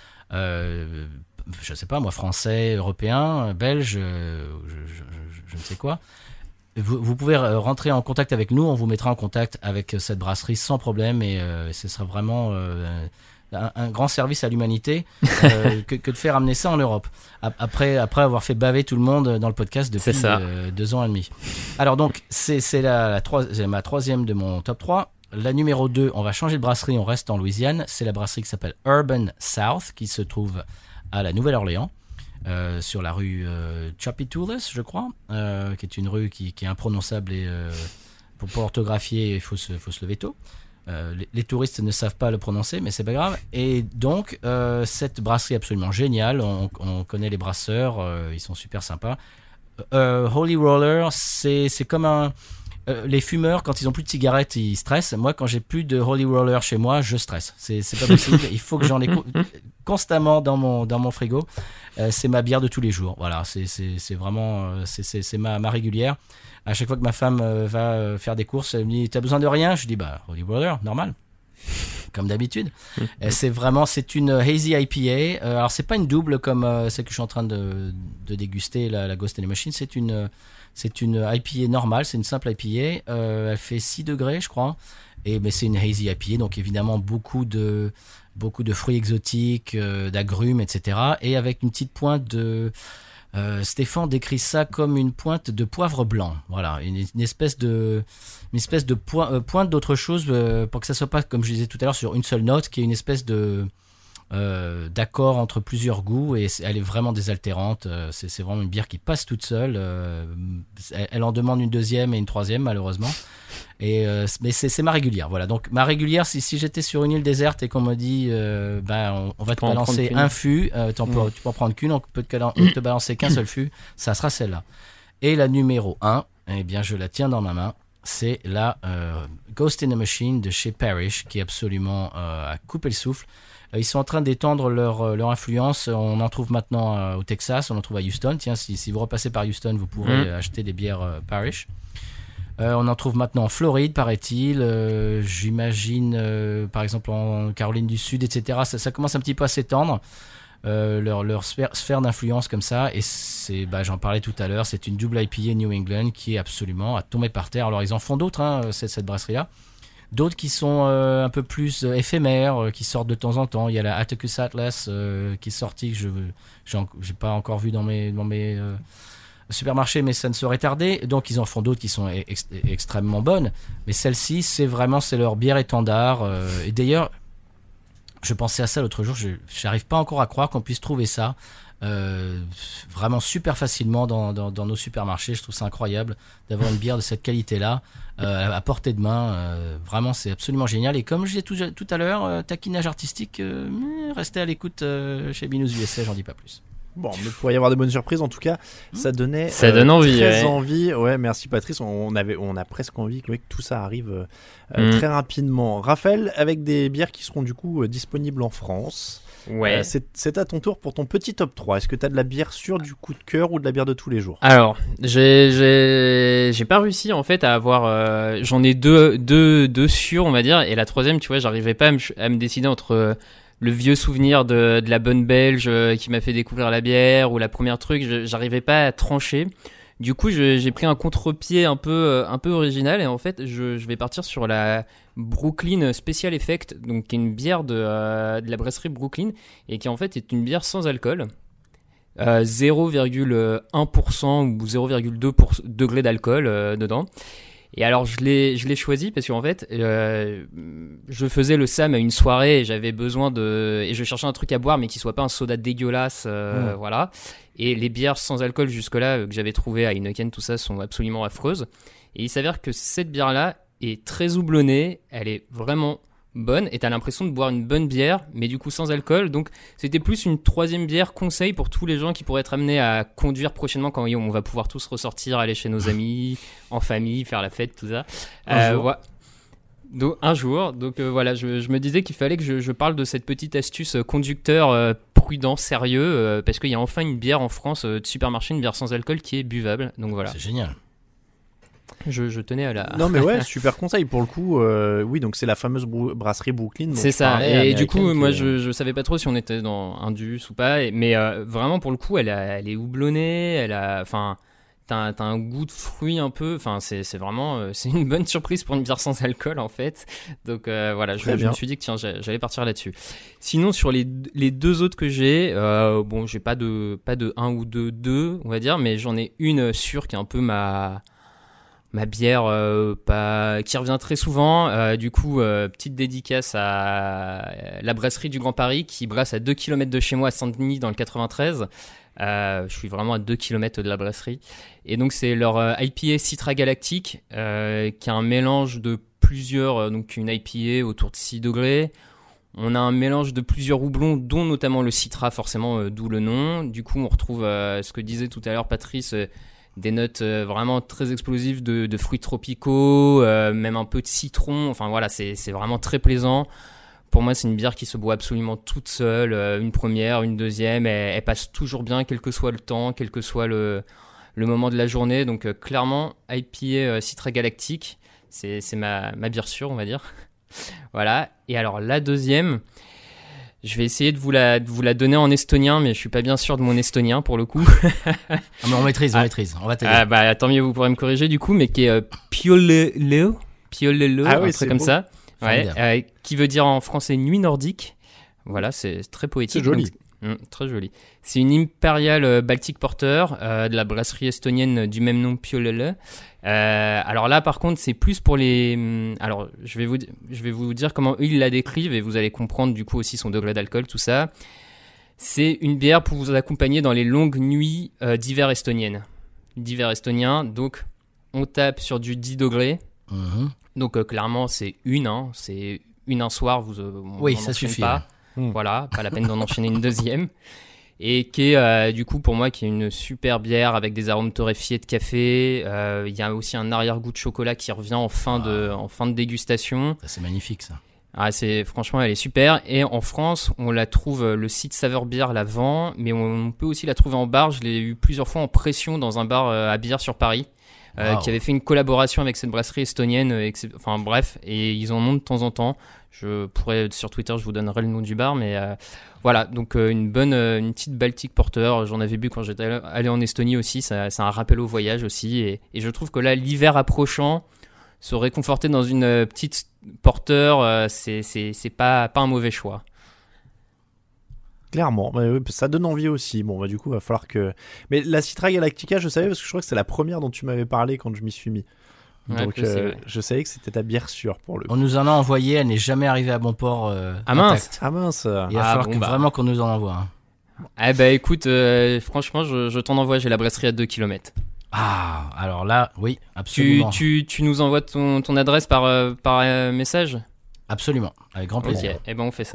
Euh, je sais pas moi, français, européen, belge, euh, je, je, je, je ne sais quoi, vous, vous pouvez rentrer en contact avec nous, on vous mettra en contact avec cette brasserie sans problème, et euh, ce sera vraiment euh, un, un grand service à l'humanité euh, que, que de faire amener ça en Europe après, après avoir fait baver tout le monde dans le podcast depuis euh, deux ans et demi. Alors donc c'est, c'est, la, la trois, c'est ma troisième de mon top trois. La numéro deux, on va changer de brasserie, on reste en Louisiane. C'est la brasserie qui s'appelle Urban South, qui se trouve à la Nouvelle-Orléans, euh, sur la rue euh, Chapitoulas, je crois, euh, qui est une rue qui, qui est imprononçable, et euh, pour, pour orthographier, il faut se, faut se lever tôt. Euh, les, les touristes ne savent pas le prononcer, mais c'est pas grave. Et donc, euh, cette brasserie est absolument géniale. On, on connaît les brasseurs, euh, ils sont super sympas. Euh, Holy Roller, c'est, c'est comme un... Euh, les fumeurs, quand ils ont plus de cigarettes, ils stressent. Moi, quand j'ai plus de Holy Roller chez moi, je stresse. C'est, c'est pas possible. Il faut que j'en ai co- constamment dans mon, dans mon frigo. Euh, c'est ma bière de tous les jours. Voilà, c'est, c'est, c'est vraiment euh, c'est, c'est, c'est ma, ma régulière. À chaque fois que ma femme euh, va euh, faire des courses, elle me dit t'as besoin de rien? Je dis bah Holy Roller, normal. Comme d'habitude. euh, c'est vraiment, c'est une hazy I P A. Euh, alors c'est pas une double comme euh, celle que je suis en train de, de déguster, la, la Ghost in the Machine. C'est une C'est une I P A normale, c'est une simple I P A. Euh, elle fait six degrés, je crois. Et, mais c'est une hazy I P A, donc évidemment beaucoup de, beaucoup de fruits exotiques, euh, d'agrumes, et cetera. Et avec une petite pointe de... Euh, Stéphane décrit ça comme une pointe de poivre blanc. Voilà, une, une espèce de, une espèce de point, euh, pointe d'autre chose euh, pour que ça soit pas, comme je disais tout à l'heure, sur une seule note, qui est une espèce de... Euh, d'accord entre plusieurs goûts, et elle est vraiment désaltérante. Euh, c'est, c'est vraiment une bière qui passe toute seule. Euh, elle, elle en demande une deuxième et une troisième malheureusement. Et euh, mais c'est, c'est ma régulière. Voilà. Donc ma régulière, si, si j'étais sur une île déserte et qu'on me dit, euh, ben on, on va te balancer un fût, euh, t'en peux, mmh. tu peux en prendre qu'une, on peut te, te balancer qu'un seul fût, ça sera celle-là. Et la numéro un, eh bien je la tiens dans ma main. C'est la euh, Ghost in the Machine de chez Parrish, qui est absolument euh, à couper le souffle. Ils sont en train d'étendre leur, leur influence. On en trouve maintenant euh, au Texas, on en trouve à Houston. Tiens, si, si vous repassez par Houston, vous pourrez mmh. acheter des bières euh, Parrish. Euh, on en trouve maintenant en Floride, paraît-il. Euh, j'imagine, euh, par exemple, en Caroline du Sud, et cetera. Ça, ça commence un petit peu à s'étendre, euh, leur, leur sphère, sphère d'influence comme ça. Et c'est, bah, j'en parlais tout à l'heure, c'est une double I P A New England qui est absolument à tomber par terre. Alors, ils en font d'autres, hein, cette, cette brasserie-là. D'autres qui sont euh, un peu plus euh, éphémères, euh, qui sortent de temps en temps. Il y a la Atticus Atlas euh, qui est sortie, que je j'ai, en, j'ai pas encore vu dans mes, dans mes euh, supermarchés, mais ça ne saurait tarder. Donc ils en font d'autres qui sont ex- extrêmement bonnes. Mais celle-ci, c'est vraiment c'est leur bière étendard. Euh, et d'ailleurs, je pensais à ça l'autre jour, je n'arrive pas encore à croire qu'on puisse trouver ça euh, vraiment super facilement dans, dans, dans nos supermarchés. Je trouve ça incroyable d'avoir une bière de cette qualité-là euh, à portée de main. Euh, vraiment, c'est absolument génial. Et comme je disais tout, tout à l'heure, euh, taquinage artistique, euh, restez à l'écoute euh, chez Binous U S A, j'en dis pas plus. Bon, mais pour y avoir de bonnes surprises, en tout cas, ça donnait ça donne euh, envie, très ouais. envie. Ouais, merci Patrice. On avait, on a presque envie que, ouais, que tout ça arrive euh, Mm. très rapidement. Raphaël, avec des bières qui seront du coup euh, disponibles en France. Ouais. Euh, c'est, c'est à ton tour pour ton petit top trois. Est-ce que tu as de la bière sûre du coup de cœur ou de la bière de tous les jours? Alors, j'ai, j'ai, j'ai pas réussi en fait à avoir. Euh, j'en ai deux, deux, deux sûrs, on va dire, et la troisième, tu vois, j'arrivais pas à me, à me décider entre euh, le vieux souvenir de, de la bonne belge euh, qui m'a fait découvrir la bière ou la première truc. Je, j'arrivais pas à trancher. Du coup, je, j'ai pris un contre-pied un peu, euh, un peu original et en fait, je, je vais partir sur la Brooklyn Special Effect, donc qui est une bière de, euh, de la brasserie Brooklyn et qui en fait est une bière sans alcool. Euh, zéro virgule un pour cent ou zéro virgule deux degrés d'alcool euh, dedans. Et alors je l'ai, je l'ai choisi parce qu'en fait euh, je faisais le Sam à une soirée et j'avais besoin de... Et je cherchais un truc à boire mais qui soit pas un soda dégueulasse, euh, Mmh. voilà. Et les bières sans alcool jusque-là euh, que j'avais trouvées à Heineken, tout ça, sont absolument affreuses. Et il s'avère que cette bière-là est très houblonnée, elle est vraiment bonne et t'as l'impression de boire une bonne bière mais du coup sans alcool. Donc c'était plus une troisième bière conseil pour tous les gens qui pourraient être amenés à conduire prochainement quand on va pouvoir tous ressortir, aller chez nos amis, en famille, faire la fête, tout ça. Un Euh, jour. ouais. Donc, un jour, donc euh, voilà, je, je me disais qu'il fallait que je, je parle de cette petite astuce euh, conducteur euh, prudent, sérieux, euh, parce qu'il y a enfin une bière en France euh, de supermarché, une bière sans alcool qui est buvable. Donc voilà, C'est génial. je, je tenais à la... Non mais ouais, super conseil pour le coup. euh, oui, donc c'est la fameuse brou- brasserie Brooklyn. dont C'est je ça. parlais, Et du coup, américaine, moi, qui est- je, je savais pas trop si on était dans Indus ou pas. et- Mais euh, vraiment, pour le coup, elle, a- elle est houblonnée. Elle a, enfin, t'as, t'as un goût de fruits un peu. Enfin, c'est, c'est vraiment, euh, c'est une bonne surprise pour une bière sans alcool en fait. Donc euh, voilà, je, Très je bien. me suis dit que tiens, j'a- j'allais partir là-dessus. Sinon, sur les, les deux autres que j'ai, euh, bon, j'ai pas de, pas de un ou de deux, on va dire, mais j'en ai une sûre qui est un peu ma ma bière euh, pas, qui revient très souvent. Euh, du coup, euh, petite dédicace à la brasserie du Grand Paris qui brasse à deux kilomètres de chez moi à Saint-Denis dans le quatre-vingt-treize. Euh, je suis vraiment à deux kilomètres de la brasserie. Et donc, c'est leur euh, I P A Citra Galactique euh, qui a un mélange de plusieurs, euh, donc une I P A autour de six degrés. On a un mélange de plusieurs houblons, dont notamment le Citra, forcément, euh, d'où le nom. Du coup, on retrouve euh, ce que disait tout à l'heure Patrice, euh, des notes euh, vraiment très explosives de, de fruits tropicaux, euh, même un peu de citron. Enfin voilà, c'est, c'est vraiment très plaisant. Pour moi, c'est une bière qui se boit absolument toute seule. Euh, une première, une deuxième, elle, elle passe toujours bien, quel que soit le temps, quel que soit le, le moment de la journée. Donc euh, clairement, I P A euh, Citra Galactique, c'est, c'est ma, ma bière sûre, on va dire. Voilà. Et alors la deuxième... Je vais essayer de vous la, de vous la donner en estonien, mais je suis pas bien sûr de mon estonien pour le coup. Ah, mais on maîtrise, on Ah. maîtrise. On va t'aider. Ah bah tant mieux, vous pourrez me corriger du coup, mais qui est euh, Piolelo, Piolelo, Ah un oui, truc c'est comme beau. ça, ouais, Formidable. euh, qui veut dire en français nuit nordique. Voilà, c'est très poétique. C'est joli. donc- Hum, très joli. C'est une Imperial euh, Baltic Porter euh, de la brasserie estonienne du même nom, Piolelo. Euh, alors là, par contre, c'est plus pour les. hum, Alors, je vais vous, di- je vais vous dire comment eux ils la décrivent et vous allez comprendre du coup aussi son degré d'alcool, tout ça. C'est une bière pour vous accompagner dans les longues nuits euh, d'hiver estoniennes. D'hiver estonien, donc on tape sur du dix degrés. Mhm. Donc euh, clairement, c'est une, hein, c'est une un soir. Vous, euh, on Oui, n'en ça enchaîne suffit, pas. ouais. Voilà, pas la peine d'en enchaîner une deuxième. Et qui est euh, du coup pour moi qui est une super bière avec des arômes torréfiés de café. Euh, Il y a aussi un arrière-goût de chocolat qui revient en fin de, en fin de dégustation. Ça, c'est magnifique, ça. Ah, c'est, franchement, elle est super. Et en France, on la trouve, euh, le site Saveur Bière la vend, mais on peut aussi la trouver en bar. Je l'ai eu plusieurs fois en pression dans un bar euh, à bière sur Paris, euh, Wow. qui avait fait une collaboration avec cette brasserie estonienne. euh, excep- Enfin bref, et ils en ont de temps en temps. Je pourrais, sur Twitter, je vous donnerai le nom du bar, mais euh, voilà. Donc euh, une bonne, euh, une petite Baltic Porter. J'en avais bu quand j'étais allé- allé en Estonie aussi. Ça, c'est un rappel au voyage aussi. Et, et je trouve que là, l'hiver approchant, se réconforter dans une euh, petite porteur, euh, c'est, c'est, c'est pas, pas un mauvais choix. Clairement, bah oui, ça donne envie aussi. Bon, bah du coup, va falloir que. Mais la Citra Galactica, je savais parce que je crois que c'est la première dont tu m'avais parlé quand je m'y suis mis. Ouais, Donc, possible, euh, ouais. je savais que c'était ta bière sûre pour le coup. On nous en a envoyé, elle n'est jamais arrivée à bon port. euh, Ah, mince. intact. Ah mince. Il va Ah, falloir bon, que, bah. vraiment qu'on nous en envoie. hein. Eh bah écoute, euh, franchement, je, je t'en envoie. J'ai la brasserie à deux kilomètres. Ah, alors là, oui, Tu, absolument. tu, tu nous envoies ton, ton adresse par, euh, par euh, message. Absolument, avec grand Ok, plaisir. eh ben on fait ça.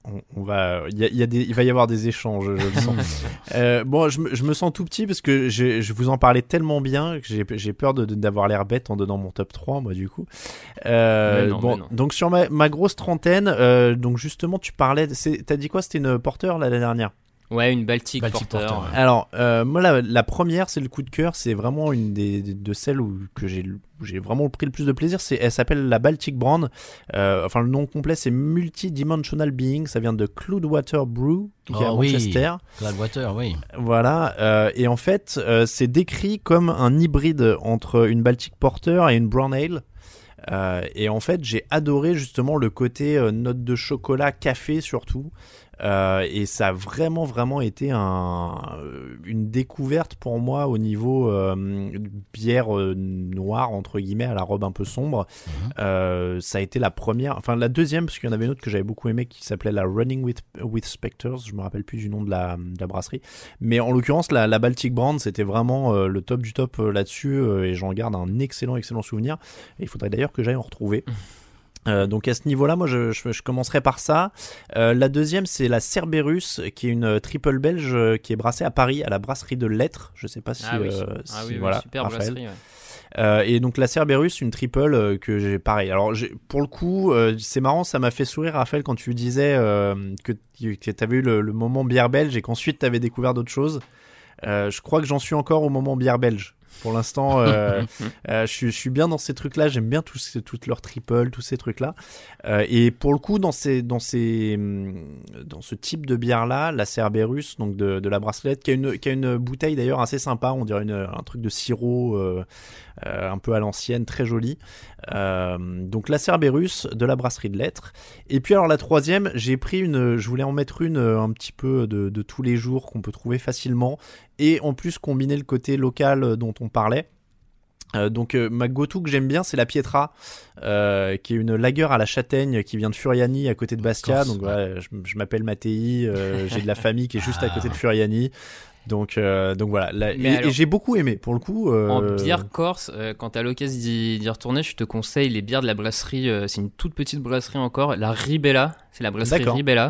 On, on va, il y a, il y a des, il va y avoir des échanges, je le sens. euh, bon, je, me- je me sens tout petit parce que je, je vous en parlais tellement bien que j'ai, j'ai peur de, de- d'avoir l'air bête en donnant mon top trois, moi, du coup. Euh, Mais non, bon, mais non. donc sur ma, ma grosse trentaine, euh, donc justement, tu parlais, de- c'est, t'as dit quoi? C'était une Porter là, la dernière? Ouais, une Baltic, Baltic Porter. Porter, ouais. Alors, euh, moi, la, la première, c'est le coup de cœur. C'est vraiment une des, des- de celles où que j'ai, où j'ai vraiment pris le plus de plaisir. C'est, elle s'appelle la Baltic Brand. Euh, enfin, le nom complet, c'est Multidimensional Being. Ça vient de Cloudwater Brew, qui est à Oh oui. Manchester. Cloudwater, oui. Voilà. euh, et en fait, euh, c'est décrit comme un hybride entre une Baltic Porter et une Brown Ale. Euh, et en fait, j'ai adoré justement le côté euh, note de chocolat, café surtout. Euh, et ça a vraiment vraiment été un, une découverte pour moi au niveau euh, bière euh, noire entre guillemets à la robe un peu sombre. Mhm. Euh, ça a été la première, enfin la deuxième parce qu'il y en avait une autre que j'avais beaucoup aimé qui s'appelait la Running with, with Spectres. Je me rappelle plus du nom de la, de la brasserie, mais en l'occurrence la, la Baltic Brand c'était vraiment euh, le top du top euh, là-dessus euh, et j'en garde un excellent excellent souvenir. Et il faudrait d'ailleurs que j'aille en retrouver. Euh, donc à ce niveau-là, moi je, je, je commencerai par ça. Euh, la deuxième, c'est la Cerberus, qui est une euh, triple belge euh, qui est brassée à Paris à la brasserie de Lettres. Je sais pas si, Ah oui, euh, ah si- oui, oui, voilà, super Raphaël. brasserie. Ouais. Euh, et donc la Cerberus, une triple euh, que j'ai pareil. Alors j'ai, pour le coup, euh, c'est marrant, ça m'a fait sourire, Raphaël, quand tu disais euh, que, que tu avais eu le, le moment bière belge et qu'ensuite tu avais découvert d'autres choses. Euh, je crois que j'en suis encore au moment bière belge. Pour l'instant, euh, euh, je, suis, je suis bien dans ces trucs-là. J'aime bien tous ces- toutes leurs triples, tous ces trucs-là. Euh, et pour le coup, dans ces, dans ces, hum, dans ce type de bière-là, la Cerberus, donc de, de la brasselette, qui a une, qui a une bouteille d'ailleurs assez sympa. On dirait une, un truc de sirop, euh, euh, un peu à l'ancienne, très joli. Euh, donc la Cerberus de la brasserie de Lettres. Et puis alors la troisième, j'ai pris une, je voulais en mettre une euh, un petit peu de, de tous les jours qu'on peut trouver facilement. Et en plus combiner le côté local euh, dont on parlait. Euh, donc euh, ma go-to que j'aime bien, c'est la Pietra, euh, qui est une lager à la châtaigne qui vient de Furiani à côté de Bastia. Corse, Donc voilà, je, je m'appelle Mattei, euh, j'ai de la famille qui est juste à côté de Furiani. Donc, euh, donc voilà, la- et, Mais alors- et j'ai beaucoup aimé pour le coup. euh, En bière corse, euh, quand t'as l'occasion d'y, d'y retourner, je te conseille les bières de la brasserie. euh, c'est une toute petite brasserie encore, la Ribella. C'est la brasserie D'accord. Ribella.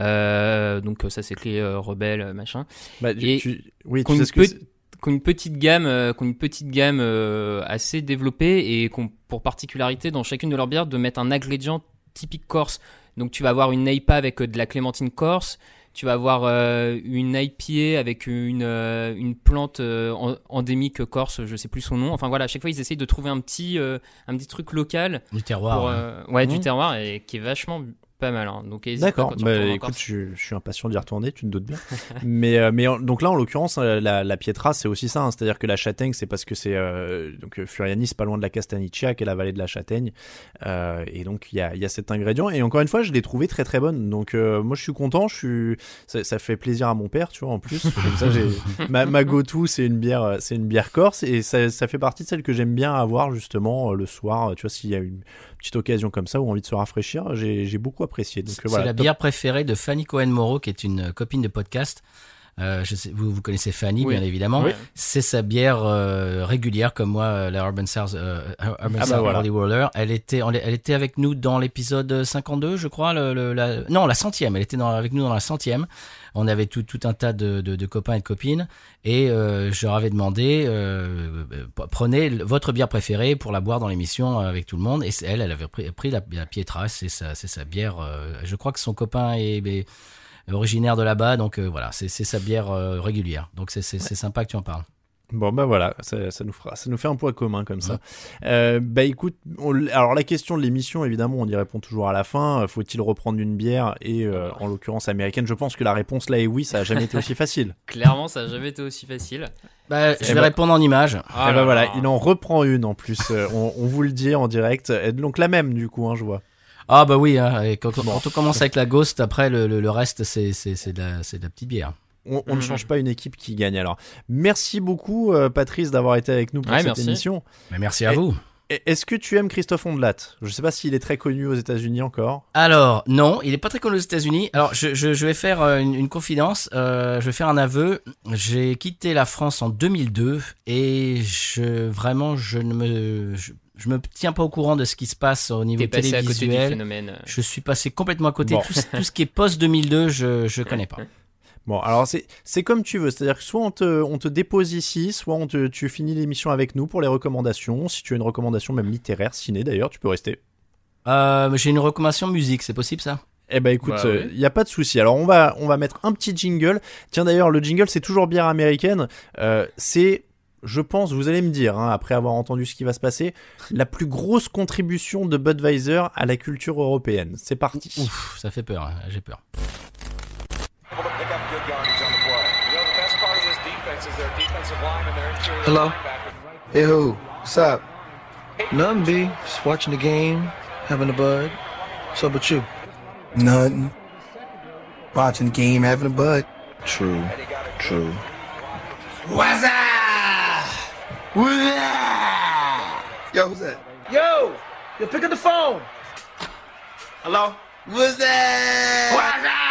Euh, donc euh, ça s'écrit euh, rebelle euh, machin. bah, tu- et tu- oui, qu'on tu sais une ce que pe- c'est. Qui ont une petite gamme, euh, qui ont une petite gamme euh, assez développée et qui ont pour particularité dans chacune de leurs bières de mettre un ingrédient typique corse. Donc tu vas avoir une I P A avec euh, de la clémentine corse, tu vas avoir euh, une I P A avec une euh, une plante euh, en- endémique corse, je sais plus son nom. Enfin voilà, à chaque fois ils essayent de trouver un petit euh, un petit truc local Du terroir. pour hein. euh, ouais Mmh. du terroir et qui est vachement pas mal. Hein. Donc hésite pas D'accord, quand tu bah, retournes en écoute, Corse. je, je suis impatient d'y retourner, tu te doutes bien. mais, euh, mais en- donc là, en l'occurrence, euh, la, la Pietra, c'est aussi ça, hein, c'est-à-dire que la châtaigne, c'est parce que c'est euh, donc euh, Furiani, c'est pas loin de la Castagniccia, qui est la vallée de la châtaigne, euh, et donc il y a, il y a cet ingrédient. Et encore une fois, je l'ai trouvé très très bonne. Donc euh, moi, je suis content, je suis, ça, ça fait plaisir à mon père, tu vois, en plus. Comme ça, j'ai ma, ma go-to, c'est une bière, euh, c'est une bière corse, et ça, ça fait partie de celle que j'aime bien avoir justement euh, le soir. Tu vois, s'il y a une petite occasion comme ça ou envie de se rafraîchir, j'ai, j'ai beaucoup apprécié. Donc euh, C'est voilà. la bière préférée de Fanny Cohen-Moreau, qui est une copine de podcast. Euh, je sais, vous, vous connaissez Fanny, Oui. bien évidemment. Oui. C'est sa bière euh, régulière, comme moi, euh, la Urban Sour, euh, Urban Ah bah Sour voilà. Holy Roller. Elle était, on l'est- elle était avec nous dans l'épisode cinquante-deux, je crois. Le, le- la, non, la centième. Elle était dans, avec nous dans la centième. On avait tout, tout un tas de, de, de copains et de copines. Et euh, je leur avais demandé, euh, euh, prenez votre bière préférée pour la boire dans l'émission avec tout le monde. Et c'est elle, elle avait pris, pris la, la Pietra. C'est sa, c'est sa bière. Euh, je crois que son copain est... est originaire de là-bas, donc euh, voilà, c'est, c'est sa bière euh, régulière. Donc c'est, c'est, c'est sympa que tu en parles. Bon bah voilà, ça, ça nous fera, ça nous fait un point commun comme ça. Euh, bah écoute, on- alors la question de l'émission, évidemment, on y répond toujours à la fin. Faut-il reprendre une bière et euh, en l'occurrence américaine? Je pense que la réponse là est oui. Ça a jamais été aussi facile. Clairement, ça n'a jamais été aussi facile. Bah, Eh je vais ben- répondre en images. Ah et là bah voilà, là. il en reprend une en plus. Euh, on, on vous le dit en direct. Et donc la même du coup, hein, je vois. Ah bah oui, hein, et quand, quand on commence avec la Ghost, après le, le, le reste c'est, c'est, c'est, de la, c'est de la petite bière. On, on ne Mhm. change pas une équipe qui gagne. Alors, merci beaucoup euh, Patrice d'avoir été avec nous pour Ouais, cette merci. émission. Mais merci à Et- vous. Et- Est-ce que tu aimes Christophe Ondelat? Je sais pas s'il est très connu aux États-Unis encore. Alors non, il est pas très connu aux États-Unis. Alors je, je, je vais faire euh, une, une confidence. Euh, je vais faire un aveu. J'ai quitté la France en deux mille deux et je vraiment je ne me je, je me tiens pas au courant de ce qui se passe au niveau T'es passé à côté du télévisuel. phénomène. Je suis passé complètement à côté. Bon. Tout, tout ce qui est post deux mille deux, je je connais pas. Bon, alors c'est, c'est comme tu veux, c'est-à-dire que soit on te, on te dépose ici, soit on te, tu finis l'émission avec nous pour les recommandations. Si tu as une recommandation même littéraire, ciné d'ailleurs, tu peux rester. Euh, j'ai une recommandation musique, c'est possible ça? Eh ben écoute, il Bah, ouais. n'y a pas de souci. Alors on va, on va mettre un petit jingle. Tiens d'ailleurs, le jingle c'est toujours bière américaine. Euh, c'est, je pense, vous allez me dire, hein, après avoir entendu ce qui va se passer, la plus grosse contribution de Budweiser à la culture européenne. C'est parti. Ouf, ça fait peur, hein, j'ai peur. Hello? Hey, who? What's up? Nothing, B. Just watching the game, having a bud. What's up with you? Nothing. Watching the game, having a bud. True. True. What's up? What's up? Yo, who's that? Yo! Yo, pick up the phone! Hello? What's that? What's up?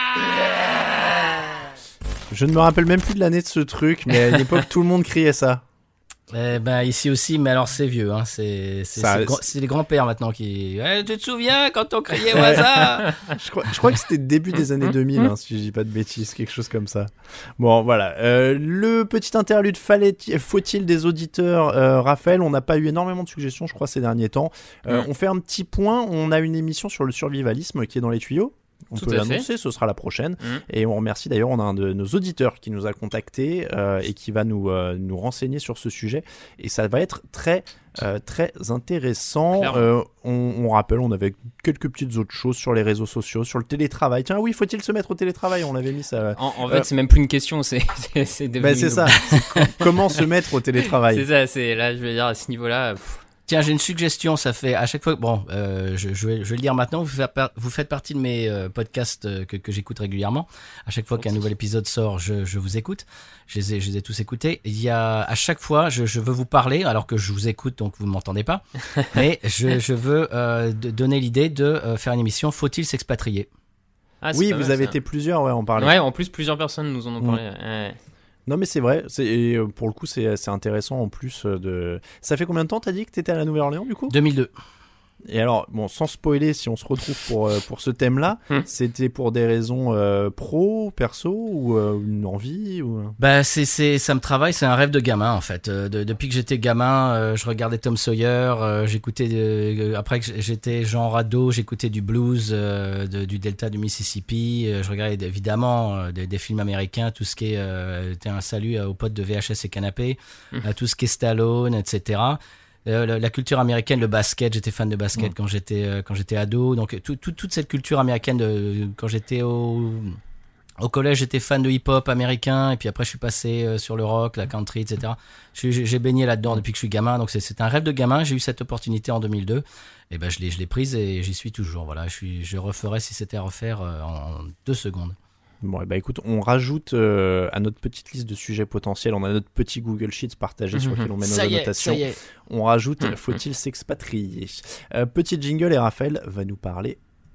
Je ne me rappelle même plus de l'année de ce truc, mais à une époque tout le monde criait ça. Eh ben ici aussi, mais alors c'est vieux, hein. c'est, c'est, Ça- c'est, gr- c'est les grands-pères maintenant qui... Eh, tu te souviens quand on criait au hasard? Je crois, je crois que c'était début des années deux mille, hein, si je dis pas de bêtises, quelque chose comme ça. Bon, voilà. Euh, le petit interlude, fallait, faut-il des auditeurs, euh, Raphaël, on n'a pas eu énormément de suggestions, je crois, ces derniers temps. Euh, Mm. On fait un petit point, on a une émission sur le survivalisme qui est dans les tuyaux. On Tout peut à fait. l'annoncer, ce sera la prochaine. Mm. Et on remercie d'ailleurs, on a un de nos auditeurs qui nous a contactés euh, et qui va nous, euh, nous renseigner sur ce sujet. Et ça va être très, euh, très intéressant. Clairement. Euh, on, on rappelle, on avait quelques petites autres choses sur les réseaux sociaux, sur le télétravail. Tiens, oui, faut-il se mettre au télétravail? On avait mis ça. En, en fait, Euh, c'est même plus une question, c'est c'est, c'est devenu Ben, c'est une- ça. C'est co- comment se mettre au télétravail? C'est ça, c'est là, je veux dire, à ce niveau-là. pff, Tiens, j'ai une suggestion, ça fait à chaque fois... Bon, euh, je, je, vais, je vais le dire maintenant, vous faites, par- vous faites partie de mes euh, podcasts euh, que, que j'écoute régulièrement. À chaque fois qu'un nouvel épisode sort, je, je vous écoute. Je les, ai, je les ai tous écoutés. Il y a, à chaque fois, je, je veux vous parler, alors que je vous écoute, donc vous ne m'entendez pas. Mais je, je veux euh, de- donner l'idée de euh, faire une émission « Faut-il s'expatrier ?» ah, c'est Oui, pas vous mal, avez ça. été plusieurs, ouais, on parlait. Ouais, en plus, plusieurs personnes nous en ont Mm. parlé. Ouais. Non, mais c'est vrai. C'est, et, euh, pour le coup, c'est, c'est intéressant en plus euh, de. Ça fait combien de temps t'as dit que t'étais à la Nouvelle-Orléans du coup? deux mille deux. Et alors, bon, sans spoiler, si on se retrouve pour, euh, pour ce thème-là, Hmm. c'était pour des raisons euh, pro, perso, ou euh, une envie ou... Bah c'est c'est ça me travaille, c'est un rêve de gamin en fait. Euh, de- depuis que j'étais gamin, euh, je regardais Tom Sawyer, euh, j'écoutais euh, après que j'étais genre ado, j'écoutais du blues euh, de- du delta du Mississippi. Euh, je regardais évidemment euh, des, des films américains, tout ce qui est euh, t'es un salut aux potes de V H S et canapé, Mhm. euh, tout ce qui est Stallone, et cetera. Euh, la, la culture américaine, le basket, j'étais fan de basket Mhm. quand j'étais euh, quand j'étais ado. Donc tout, tout- toute cette culture américaine de, quand j'étais au Au collège, j'étais fan de hip-hop américain, et puis après, je suis passé euh, sur le rock, la country, et cetera. Je suis- J'ai baigné là-dedans depuis que je suis gamin, donc c'est- c'est un rêve de gamin. J'ai eu cette opportunité en deux mille deux, et ben je l'ai je l'ai prise et j'y suis toujours. Voilà, je suis je referais si c'était à refaire euh, en deux secondes. Bon, et bah écoute, on rajoute euh, à notre petite liste de sujets potentiels, on a notre petit Google Sheets partagé sur Mhm. lequel on met nos Ça y est, annotations. ça y est. On rajoute faut-il s'expatrier. euh, Petit jingle et Raphaël va nous parler.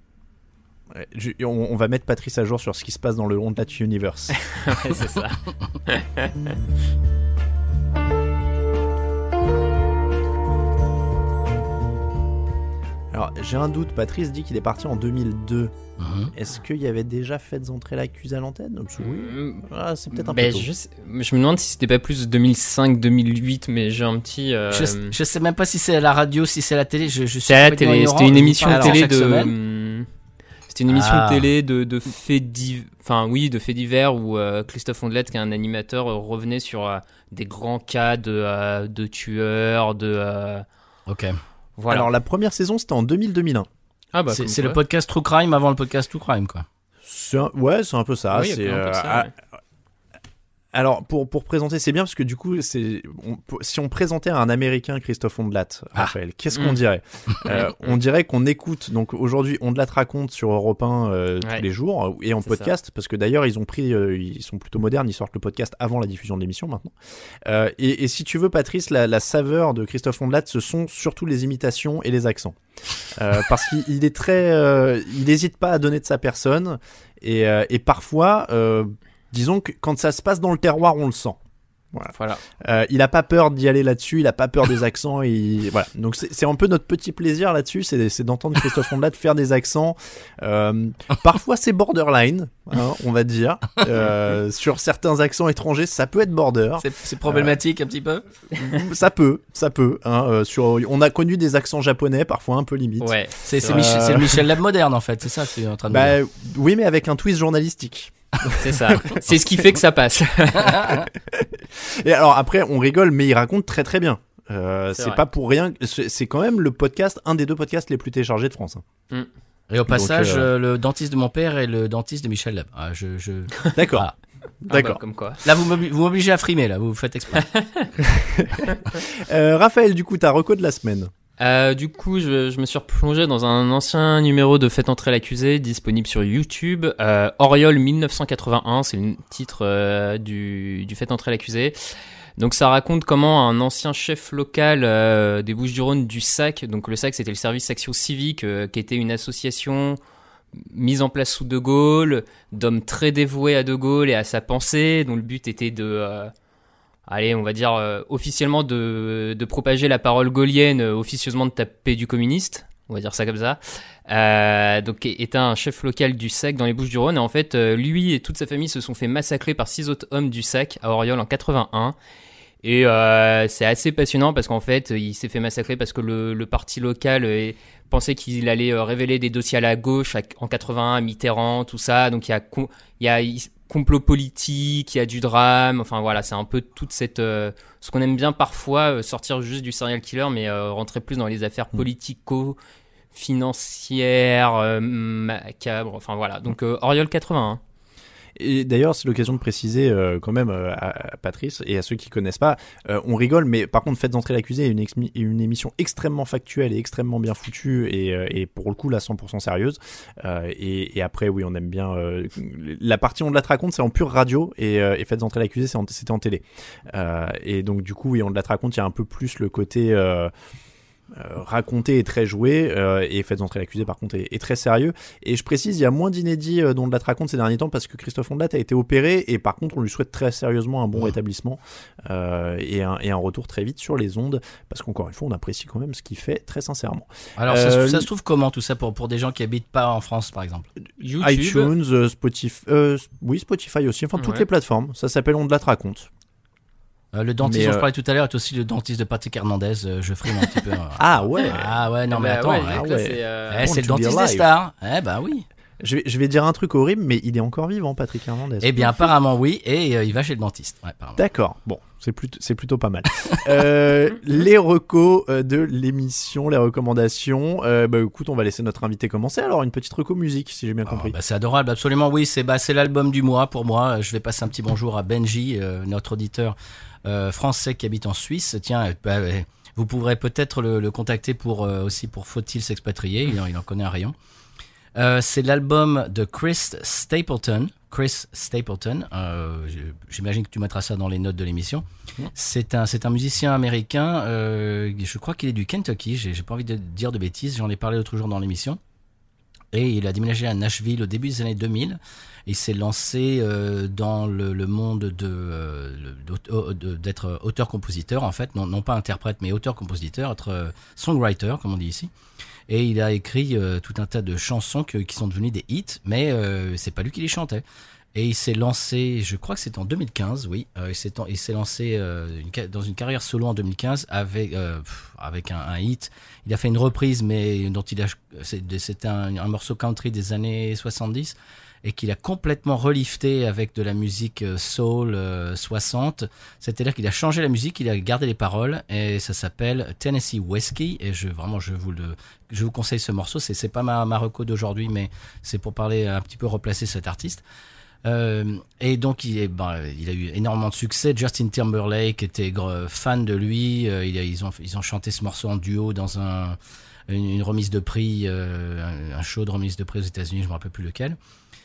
Ouais, je- on, on va mettre Patrice à jour sur ce qui se passe dans le Honda Universe. Ouais, c'est ça. Alors j'ai un doute, Patrice dit qu'il est parti en deux mille deux. Mhm. Est-ce qu'il y avait déjà Faites entrer l'accusé à l'antenne? Parce que oui. Mm, Ah, c'est peut-être un ben, peu tôt. je, sais- je me demande si c'était pas plus deux mille cinq deux mille huit, mais j'ai un petit. euh, Je, je sais même pas si c'est à la radio, si c'est à la télé. Je, je suis C'est à la complètement télé, ignorant. c'était une Je vous émission parle télé chaque de. semaine. hum, C'était une émission Ah. télé de, de faits divers, enfin oui, de faits divers où euh, Christophe Ondelat, qui est un animateur, euh, revenait sur euh, des grands cas de, euh, de tueurs, de. euh, Ok. voilà. Alors la première saison c'était en deux mille deux mille un. ah bah, c'est comme c'est le quoi. podcast True Crime avant le podcast True Crime, quoi. C'est un- Ouais, c'est un peu ça. Oui, il y a c'est, quand même un peu euh, ça, ah, ouais. Alors, pour, pour présenter, c'est bien parce que du coup, c'est, on- si on présentait un Américain Christophe Ondelat, Raphaël, qu'est-ce qu'on Mm. dirait Euh, On dirait qu'on écoute, donc aujourd'hui, Ondelat raconte sur Europe un euh, tous Ouais. les jours euh, et en C'est podcast, parce que d'ailleurs, ils ont pris, euh, ils sont plutôt modernes, ils sortent le podcast avant la diffusion de l'émission maintenant. Euh, et, et si tu veux, Patrice, la, la saveur de Christophe Ondelat, ce sont surtout les imitations et les accents. Euh, parce qu'il il est très, euh, il n'hésite pas à donner de sa personne et, euh, et parfois, euh, disons que quand ça se passe dans le terroir, on le sent. Voilà. Voilà. Euh, il a pas peur d'y aller là-dessus, il a pas peur des accents. Et voilà. Donc c'est, c'est un peu notre petit plaisir là-dessus, c'est, c'est d'entendre Christophe Ondelat faire des accents. Euh, parfois c'est borderline, hein, on va dire. Euh, sur certains accents étrangers, ça peut être border. C'est, c'est problématique euh, un petit peu. Ça peut, ça peut. Hein, euh, sur, on a connu des accents japonais, parfois un peu limite. Ouais. C'est, c'est, euh... Michel, c'est le Michel Lab moderne en fait, c'est ça que tu es en train de bah, dire. Oui, mais avec un twist journalistique. C'est ça. C'est ce qui fait que ça passe. Et alors après, on rigole, mais il raconte très très bien. Euh, c'est c'est pas pour rien. C'est, c'est quand même le podcast, un des deux podcasts les plus téléchargés de France. Mm. Et au passage, Donc, euh... euh, le dentiste de mon père et le dentiste de Michel Lab. Ah, je, je... D'accord. Voilà. D'accord. Ah bah, comme quoi. Là, vous m'obligez, vous m'obligez à frimer, là, vous faites exprès. euh, Raphaël, du coup, ta reco de la semaine. Euh, du coup, je, je me suis replongé dans un ancien numéro de Faites entrer l'accusé, disponible sur YouTube. Euh, Auriol dix-neuf cent quatre-vingt-un, c'est le titre euh, du, du Faites entrer l'accusé. Donc ça raconte comment un ancien chef local euh, des Bouches-du-Rhône du S A C, donc le S A C c'était le service action civique, euh, qui était une association mise en place sous De Gaulle, d'hommes très dévoués à De Gaulle et à sa pensée, dont le but était de... Euh, allez, on va dire euh, officiellement de, de propager la parole gaullienne, euh, officieusement de taper du communiste, on va dire ça comme ça. Euh, donc était un chef local du S A C dans les Bouches-du-Rhône. Et en fait, euh, lui et toute sa famille se sont fait massacrer par six autres hommes du S A C à Auriol en quatre-vingt-un. Et euh, c'est assez passionnant parce qu'en fait, il s'est fait massacrer parce que le, le parti local euh, pensait qu'il allait euh, révéler des dossiers à la gauche à, en quatre-vingt-un, à Mitterrand, tout ça. Donc il y a... Il y a il, complot politique, il y a du drame, enfin voilà, c'est un peu toute cette... Euh, ce qu'on aime bien parfois, euh, sortir juste du serial killer, mais euh, rentrer plus dans les affaires politico-financières, euh, macabres, enfin voilà. Donc euh, Auriol quatre-vingt-un. Et d'ailleurs, c'est l'occasion de préciser euh, quand même euh, à, à Patrice et à ceux qui connaissent pas, euh, on rigole, mais par contre, Faites entrer l'accusé est une, ex- une émission extrêmement factuelle et extrêmement bien foutue et, euh, et pour le coup, là, cent pour cent sérieuse. Euh, et, et après, oui, on aime bien... Euh, la partie on de la raconte, c'est en pure radio et, euh, et Faites entrer l'accusé, c'est en, c'était en télé. Euh, et donc, du coup, oui, on de la raconte, il y a un peu plus le côté... Euh, Euh, raconté et très joué euh, et Faites entrer l'accusé par contre est, est très sérieux et je précise il y a moins d'inédits euh, dont on la raconte ces derniers temps parce que Christophe Ondelat a été opéré et par contre on lui souhaite très sérieusement un bon ouais. rétablissement euh, et, un, et un retour très vite sur les ondes parce qu'encore une fois on apprécie quand même ce qu'il fait très sincèrement. Alors euh, ça, ça se trouve comment tout ça pour, pour des gens qui habitent pas en France par exemple? YouTube. iTunes, euh, Spotify, euh, oui Spotify aussi, enfin toutes ouais. les plateformes, ça s'appelle On de la raconte. Euh, le dentiste Mais dont euh... je parlais tout à l'heure est aussi le dentiste de Patrick Hernandez. Euh, je frime un petit peu. Euh... Ah ouais. Ah ouais, non mais bah, attends. ouais, Ouais, donc là, c'est, euh... eh, c'est le dentiste des alive. stars. Eh bah oui. Je vais, je vais dire un truc horrible, mais il est encore vivant, Patrick Hernandez. Eh bien, apparemment oui, et euh, il va chez le dentiste. Ouais, d'accord, bon, c'est plutôt, c'est plutôt pas mal. euh, les recos euh, de l'émission, les recommandations. Euh, bah écoute, on va laisser notre invité commencer. Alors, une petite reco musique, si j'ai bien compris. Oh, bah, c'est adorable, absolument. Oui, c'est, bah, c'est l'album du mois pour moi. Je vais passer un petit bonjour à Benji, euh, notre auditeur euh, français qui habite en Suisse. Tiens, bah, vous pourrez peut-être le, le contacter pour euh, aussi pour Faut-il s'expatrier. Il, il en connaît un rayon. Euh, c'est l'album de Chris Stapleton. Chris Stapleton, euh, j'imagine que tu mettras ça dans les notes de l'émission. Mmh. C'est un, c'est un musicien américain, euh, je crois qu'il est du Kentucky, j'ai, j'ai pas envie de dire de bêtises, j'en ai parlé l'autre jour dans l'émission. Et il a déménagé à Nashville au début des années deux mille. Il s'est lancé euh, dans le, le monde de, euh, de, de, d'être auteur-compositeur, en fait, non, non pas interprète, mais auteur-compositeur, être euh, songwriter, comme on dit ici. Et il a écrit euh, tout un tas de chansons que, qui sont devenues des hits, mais euh, c'est pas lui qui les chantait. Et il s'est lancé, je crois que c'était en deux mille quinze, oui, euh, il, s'est, il s'est lancé euh, une, dans une carrière solo en deux mille quinze avec, euh, avec un, un hit. Il a fait une reprise, mais dont il a, c'était un, un morceau country des années soixante-dix, et qu'il a complètement relifté avec de la musique soul euh, soixante. C'est-à-dire qu'il a changé la musique, il a gardé les paroles, et ça s'appelle Tennessee Whiskey. Et je vraiment, je vous le, je vous conseille ce morceau. C'est, c'est pas ma, ma reco d'aujourd'hui, mais c'est pour parler un petit peu replacer cet artiste. Euh, et donc il, est, ben, il a eu énormément de succès. Justin Timberlake était fan de lui. Euh, il a, ils, ont, ils ont chanté ce morceau en duo dans un, une, une remise de prix, euh, un, un show de remise de prix aux États-Unis, je me rappelle plus lequel.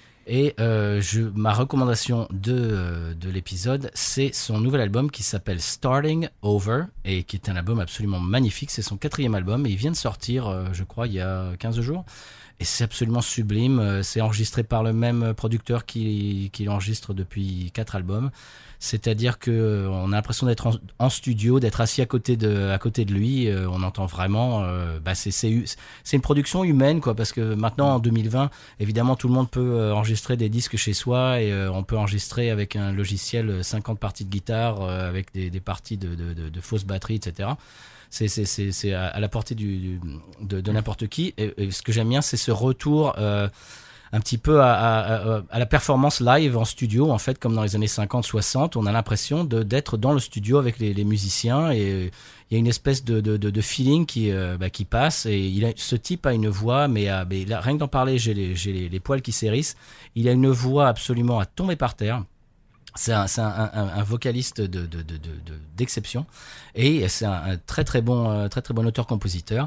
Et euh, je, ma recommandation de, euh, de l'épisode, c'est son nouvel album qui s'appelle Starting Over et qui est un album absolument magnifique. C'est son quatrième album et il vient de sortir, euh, je crois, il y a quinze jours. et c'est absolument sublime. Euh, c'est enregistré par le même producteur qui, qui l'enregistre depuis quatre albums. C'est-à-dire que euh, on a l'impression d'être en, en studio, d'être assis à côté de, à côté de lui. Euh, on entend vraiment. Euh, bah c'est, c'est, c'est une production humaine, quoi. Parce que maintenant, en deux mille vingt, évidemment, tout le monde peut euh, enregistrer des disques chez soi et euh, on peut enregistrer avec un logiciel cinquante parties de guitare, euh, avec des, des parties de, de, de, de fausses batteries, et cetera. C'est, c'est, c'est, c'est à, à la portée du, du, de, de n'importe qui. Et, et ce que j'aime bien, c'est ce retour. Euh, un petit peu à, à, à la performance live en studio, en fait, comme dans les années cinquante soixante, on a l'impression de, d'être dans le studio avec les, les musiciens et il y a une espèce de, de, de, de feeling qui, euh, bah, qui passe et il a, ce type a une voix, mais, à, mais là, rien que d'en parler, j'ai, les, j'ai les, les poils qui s'hérissent. Il a une voix absolument à tomber par terre. C'est un, c'est un, un, un vocaliste de, de, de, de, de, d'exception et c'est un, un très très bon, très très bon auteur-compositeur.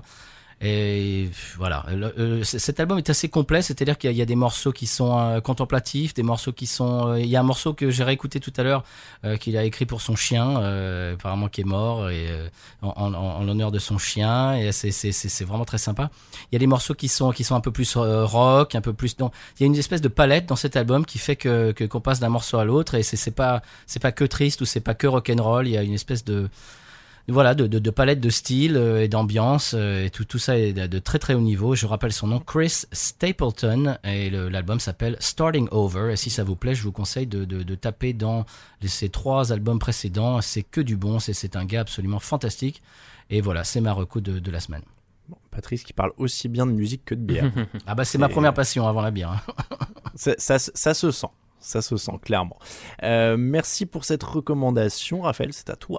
Et voilà, le, euh, cet album est assez complet, c'est-à-dire qu'il y a, il y a des morceaux qui sont euh, contemplatifs, des morceaux qui sont... Euh, il y a un morceau que j'ai réécouté tout à l'heure, euh, qu'il a écrit pour son chien, euh, apparemment qui est mort, et, euh, en, en, en l'honneur de son chien, et c'est, c'est, c'est, c'est vraiment très sympa. Il y a des morceaux qui sont, qui sont un peu plus euh, rock, un peu plus... Donc, il y a une espèce de palette dans cet album qui fait que, que, qu'on passe d'un morceau à l'autre, et c'est, c'est, pas, c'est pas que triste ou c'est pas que rock'n'roll, il y a une espèce de... Voilà, de, de, de palette de style euh, et d'ambiance, euh, et tout, tout ça est de, de très très haut niveau. Je rappelle son nom, Chris Stapleton, et le, l'album s'appelle Starting Over. Et si ça vous plaît, je vous conseille de, de, de taper dans les, ces trois albums précédents. C'est que du bon, c'est, c'est un gars absolument fantastique. Et voilà, c'est ma reco de, de la semaine. Bon, Patrice qui parle aussi bien de musique que de bière. Ah bah c'est, c'est ma première passion avant la bière. Hein. ça, ça, ça se sent, ça se sent clairement. Euh, merci pour cette recommandation, Raphaël, c'est à toi.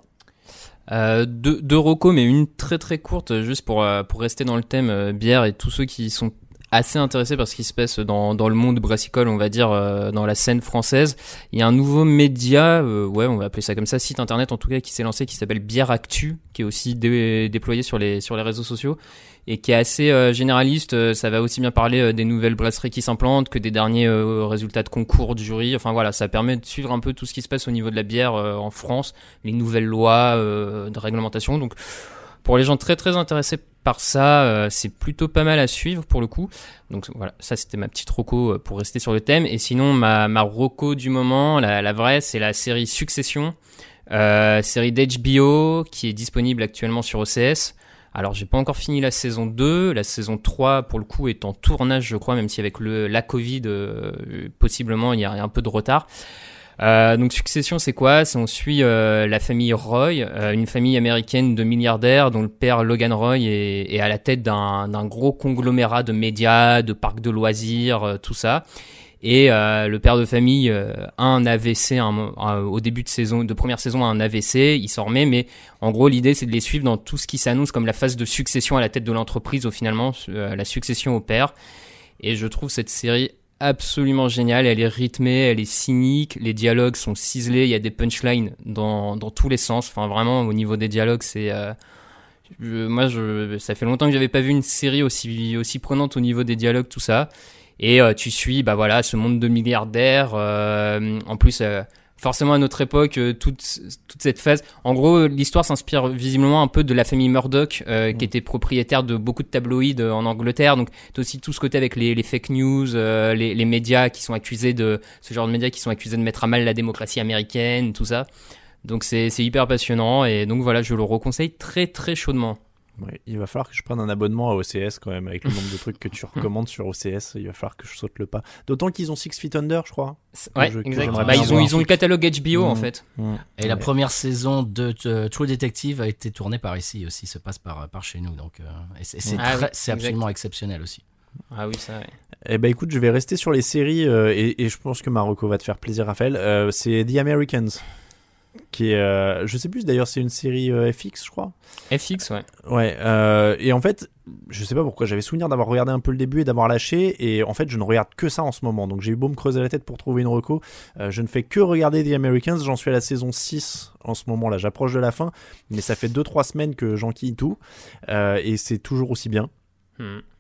Euh, deux, deux recos, mais une très très courte, juste pour, euh, pour rester dans le thème euh, bière et tous ceux qui sont assez intéressés par ce qui se passe dans, dans le monde brassicole, on va dire, euh, dans la scène française. Il y a un nouveau média, euh, ouais, on va appeler ça comme ça, site internet en tout cas, qui s'est lancé, qui s'appelle Bière Actu, qui est aussi dé- déployé sur les, sur les réseaux sociaux et qui est assez euh, généraliste. Ça va aussi bien parler euh, des nouvelles brasseries qui s'implantent que des derniers euh, résultats de concours de jury. Enfin voilà, ça permet de suivre un peu tout ce qui se passe au niveau de la bière euh, en France, les nouvelles lois euh, de réglementation. Donc pour les gens très très intéressés par ça, euh, c'est plutôt pas mal à suivre pour le coup. Donc voilà, ça c'était ma petite reco pour rester sur le thème. Et sinon ma, ma reco du moment, la, la vraie, c'est la série Succession, euh, série d'H B O qui est disponible actuellement sur O C S. Alors, j'ai pas encore fini la saison deux. La saison trois, pour le coup, est en tournage, je crois, même si avec le, la Covid, euh, possiblement, il y a un peu de retard. Euh, donc, Succession, c'est quoi? C'est, on suit euh, la famille Roy, euh, une famille américaine de milliardaires dont le père Logan Roy est, est à la tête d'un, d'un gros conglomérat de médias, de parcs de loisirs, euh, tout ça. Et euh, le père de famille euh, a un A V C un, un, au début de saison, de première saison, a un A V C, il s'en remet, mais en gros l'idée c'est de les suivre dans tout ce qui s'annonce comme la phase de succession à la tête de l'entreprise, au finalement euh, la succession au père. Et je trouve cette série absolument géniale, elle est rythmée, elle est cynique, les dialogues sont ciselés, il y a des punchlines dans dans tous les sens. Enfin vraiment au niveau des dialogues c'est euh, je, moi je ça fait longtemps que j'avais pas vu une série aussi aussi prenante au niveau des dialogues, tout ça. Et euh, tu suis bah voilà ce monde de milliardaires, euh, en plus euh, forcément à notre époque euh, toute toute cette phase. En gros l'histoire s'inspire visiblement un peu de la famille Murdoch euh, mmh. qui était propriétaire de beaucoup de tabloïds en Angleterre. Donc t'as aussi tout ce côté avec les, les fake news, euh, les, les médias qui sont accusés de ce genre de médias qui sont accusés de mettre à mal la démocratie américaine, tout ça. Donc c'est c'est hyper passionnant et donc voilà, je le reconseille très très chaudement. Ouais, il va falloir que je prenne un abonnement à O C S quand même, avec le nombre de trucs que tu recommandes sur O C S, il va falloir que je saute le pas. D'autant qu'ils ont Six Feet Under, je crois. Ouais, exactement. Bah, ils ont, ils ont le catalogue H B O mmh. en fait. Mmh. Et ouais. La première saison de uh, True Detective a été tournée par ici aussi, se passe par, par chez nous. Donc, euh, et c'est, c'est, ah, très, oui, c'est absolument exceptionnel aussi. Ah oui, ça, ouais. Eh ben écoute, je vais rester sur les séries euh, et, et je pense que Marocco va te faire plaisir, Raphaël. Euh, c'est The Americans. Qui est, euh, je sais plus d'ailleurs, c'est une série euh, F X, je crois. F X, ouais. Ouais, euh, et en fait, je sais pas pourquoi, j'avais souvenir d'avoir regardé un peu le début et d'avoir lâché, et en fait, je ne regarde que ça en ce moment. Donc j'ai eu beau me creuser la tête pour trouver une reco. Euh, je ne fais que regarder The Americans, j'en suis à la saison six en ce moment là, j'approche de la fin, mais ça fait deux trois semaines que j'enquille tout, euh, et c'est toujours aussi bien. Hmm.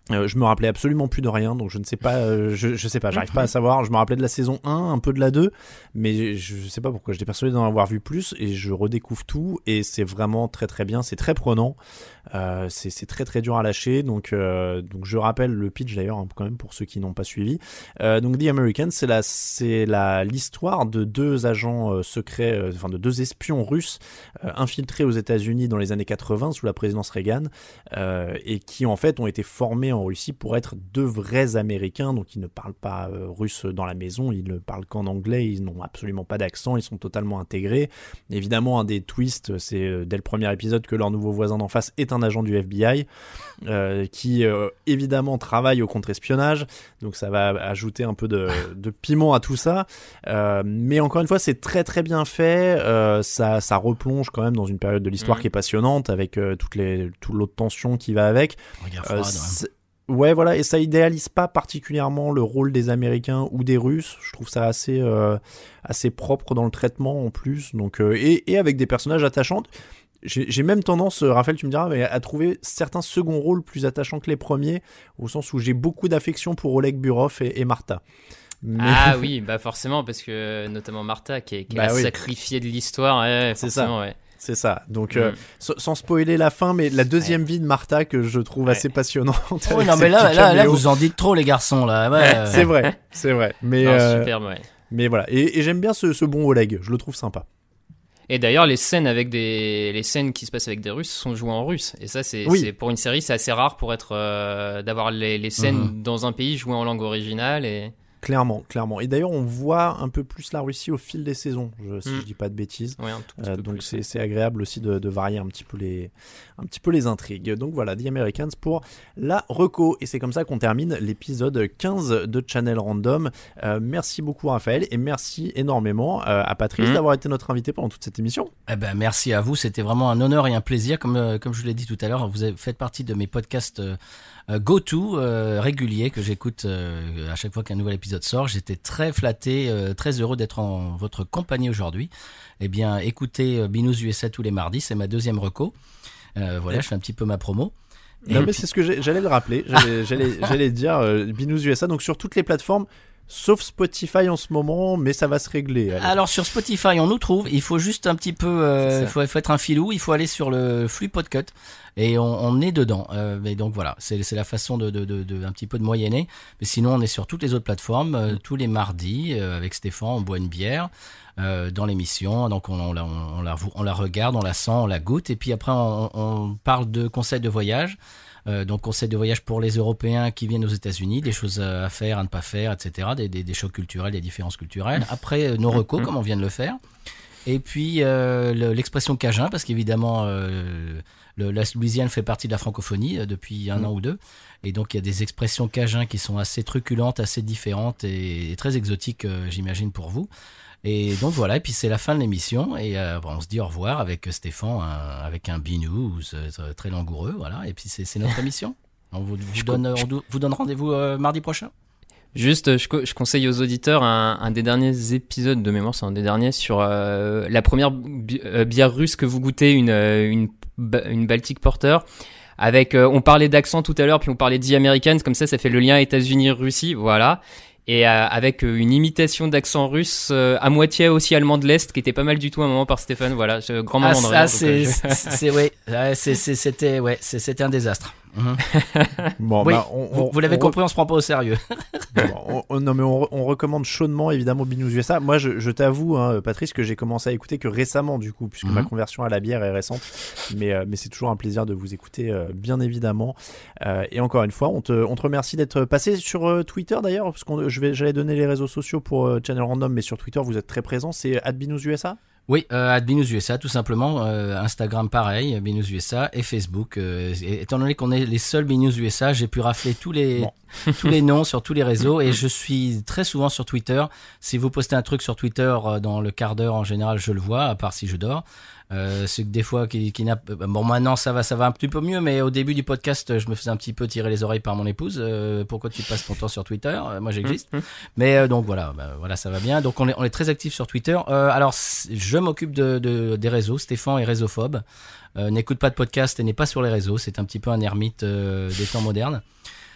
Euh, je me rappelais absolument plus de rien, donc je ne sais pas, euh, je, je sais pas, j'arrive pas à savoir. Je me rappelais de la saison un, un peu de la deux, mais je, je sais pas pourquoi. J'étais persuadé d'en avoir vu plus et je redécouvre tout et c'est vraiment très très bien, c'est très prenant, euh, c'est, c'est très très dur à lâcher. Donc, euh, donc je rappelle le pitch d'ailleurs hein, quand même pour ceux qui n'ont pas suivi. Euh, donc The Americans, c'est la, c'est la l'histoire de deux agents euh, secrets, euh, enfin de deux espions russes euh, infiltrés aux États-Unis dans les années quatre-vingts sous la présidence Reagan euh, et qui en fait ont été formés en Russie pour être deux vrais Américains, donc ils ne parlent pas euh, russe dans la maison, ils ne parlent qu'en anglais, ils n'ont absolument pas d'accent, ils sont totalement intégrés. Évidemment, un des twists, c'est euh, dès le premier épisode que leur nouveau voisin d'en face est un agent du F B I euh, qui euh, évidemment travaille au contre-espionnage, donc ça va ajouter un peu de, de piment à tout ça, euh, mais encore une fois c'est très très bien fait, euh, ça, ça replonge quand même dans une période de l'histoire mmh. qui est passionnante avec euh, toutes les, toute l'autre tension qui va avec. Regarde, euh, Ouais, voilà, et ça idéalise pas particulièrement le rôle des Américains ou des Russes. Je trouve ça assez, euh, assez propre dans le traitement en plus. Donc, euh, et, et avec des personnages attachants. J'ai, j'ai même tendance, Raphaël, tu me diras, mais à trouver certains seconds rôles plus attachants que les premiers, au sens où j'ai beaucoup d'affection pour Oleg Burov et, et Martha. Mais... Ah oui, bah forcément, parce que notamment Martha, qui est, qui est bah la oui. sacrifiée de l'histoire, ouais, c'est ça. Ouais. C'est ça, donc mm. euh, sans spoiler la fin, mais la deuxième ouais. vie de Martha que je trouve ouais. assez passionnante. Oh non mais là, là, là vous en dites trop les garçons là. Ouais, c'est vrai, c'est vrai. Mais non, euh, superbe, ouais. Mais voilà, et, et j'aime bien ce, ce bon Oleg, je le trouve sympa. Et d'ailleurs, les scènes avec des, les scènes qui se passent avec des Russes sont jouées en russe. Et ça, c'est, oui. c'est pour une série, c'est assez rare pour être, euh, d'avoir les, les scènes mm-hmm. dans un pays jouées en langue originale et. Clairement, clairement. Et d'ailleurs, on voit un peu plus la Russie au fil des saisons, je, si mmh. je dis pas de bêtises. Ouais, un tout petit euh, peu donc plus, c'est, ouais. c'est agréable aussi de, de varier un petit peu les, un petit peu les intrigues. Donc voilà, The Americans pour la reco. Et c'est comme ça qu'on termine l'épisode quinze de Channel Random. Euh, merci beaucoup Raphaël et merci énormément euh, à Patrice mmh. d'avoir été notre invité pendant toute cette émission. Eh ben merci à vous, c'était vraiment un honneur et un plaisir. Comme euh, comme je l'ai dit tout à l'heure, vous avez fait partie de mes podcasts. Euh, Euh, go-to euh, régulier que j'écoute euh, à chaque fois qu'un nouvel épisode sort. J'étais très flatté, euh, très heureux d'être en votre compagnie aujourd'hui. Eh bien, écoutez euh, Binous U S A tous les mardis, c'est ma deuxième reco. Euh, voilà, je fais un petit peu ma promo. Non, mais c'est ce que j'ai, j'allais le rappeler. J'allais, j'allais, j'allais dire euh, Binous U S A, donc sur toutes les plateformes. Sauf Spotify en ce moment, mais ça va se régler. Allez. Alors sur Spotify, on nous trouve. Il faut juste un petit peu, euh, il faut, faut être un filou. Il faut aller sur le flux Podcut et on, on est dedans. Euh, et donc voilà, c'est, c'est la façon de, de, de, de un petit peu de moyenner. Mais sinon, on est sur toutes les autres plateformes euh, tous les mardis euh, avec Stéphane. On boit une bière euh, dans l'émission. Donc on, on, la, on, on, la, on la regarde, on la sent, on la goûte. Et puis après, on, on parle de conseils de voyage. Euh, donc conseils de voyage pour les Européens qui viennent aux États-Unis, des choses à faire, à ne pas faire, et cetera, des, des, des chocs culturels, des différences culturelles. Après, euh, nos recos, comme on vient de le faire. Et puis, euh, le, l'expression cajun, parce qu'évidemment, euh, le, la Louisiane fait partie de la francophonie euh, depuis un mmh. an ou deux. Et donc, il y a des expressions cajun qui sont assez truculentes, assez différentes et, et très exotiques, euh, j'imagine, pour vous. Et donc voilà, et puis c'est la fin de l'émission et euh, bon, on se dit au revoir avec Stéphane, un, avec un binous euh, très langoureux, voilà. Et puis c'est, c'est notre émission. On vous, vous, donne, on vous donne rendez-vous euh, mardi prochain. Juste, je, je conseille aux auditeurs un, un des derniers épisodes de mémoire, c'est un des derniers sur euh, la première bi- euh, bière russe que vous goûtez, une une une Baltic Porter. Avec, euh, on parlait d'accent tout à l'heure, puis on parlait The Americans, comme ça, ça fait le lien États-Unis-Russie, voilà. Et euh, avec euh, une imitation d'accent russe euh, à moitié aussi allemand de l'Est qui était pas mal du tout à un moment par Stéphane, voilà, ce grand moment ah, de rire. Ah c'est, c'est, c'est, ouais, c'est, c'est, c'était, ouais, c'est, c'était un désastre. Mmh. Bon, oui, bah, on, vous, on, vous l'avez on compris, re... on se prend pas au sérieux. bon, on, on, non mais on, on recommande chaudement évidemment Binous U S A. Moi, je, je t'avoue, hein, Patrice, que j'ai commencé à écouter que récemment du coup, puisque mmh. ma conversion à la bière est récente. Mais, euh, mais c'est toujours un plaisir de vous écouter, euh, bien évidemment. Euh, et encore une fois, on te, on te remercie d'être passé sur euh, Twitter d'ailleurs, parce que je vais, j'allais donner les réseaux sociaux pour euh, Channel Random, mais sur Twitter, vous êtes très présent. C'est arobase binous U S A. Oui, euh, Binous U S A tout simplement, euh, Instagram pareil, Binous U S A et Facebook. Euh, et, étant donné qu'on est les seuls Binous U S A, j'ai pu rafler tous les bon. tous les noms sur tous les réseaux et je suis très souvent sur Twitter. Si vous postez un truc sur Twitter euh, dans le quart d'heure en général, je le vois, à part si je dors. Euh, c'est que des fois qui, qui n'a bon maintenant ça va ça va un petit peu mieux, mais au début du podcast je me faisais un petit peu tirer les oreilles par mon épouse. Euh, pourquoi tu passes ton temps sur Twitter? euh, moi j'existe. Mmh, mmh. Mais euh, donc voilà, bah, voilà ça va bien. Donc on est on est très actifs sur Twitter. Euh, alors je m'occupe de, de des réseaux. Stéphane est réseauphobe. Euh, n'écoute pas de podcast et n'est pas sur les réseaux. C'est un petit peu un ermite euh, des temps modernes.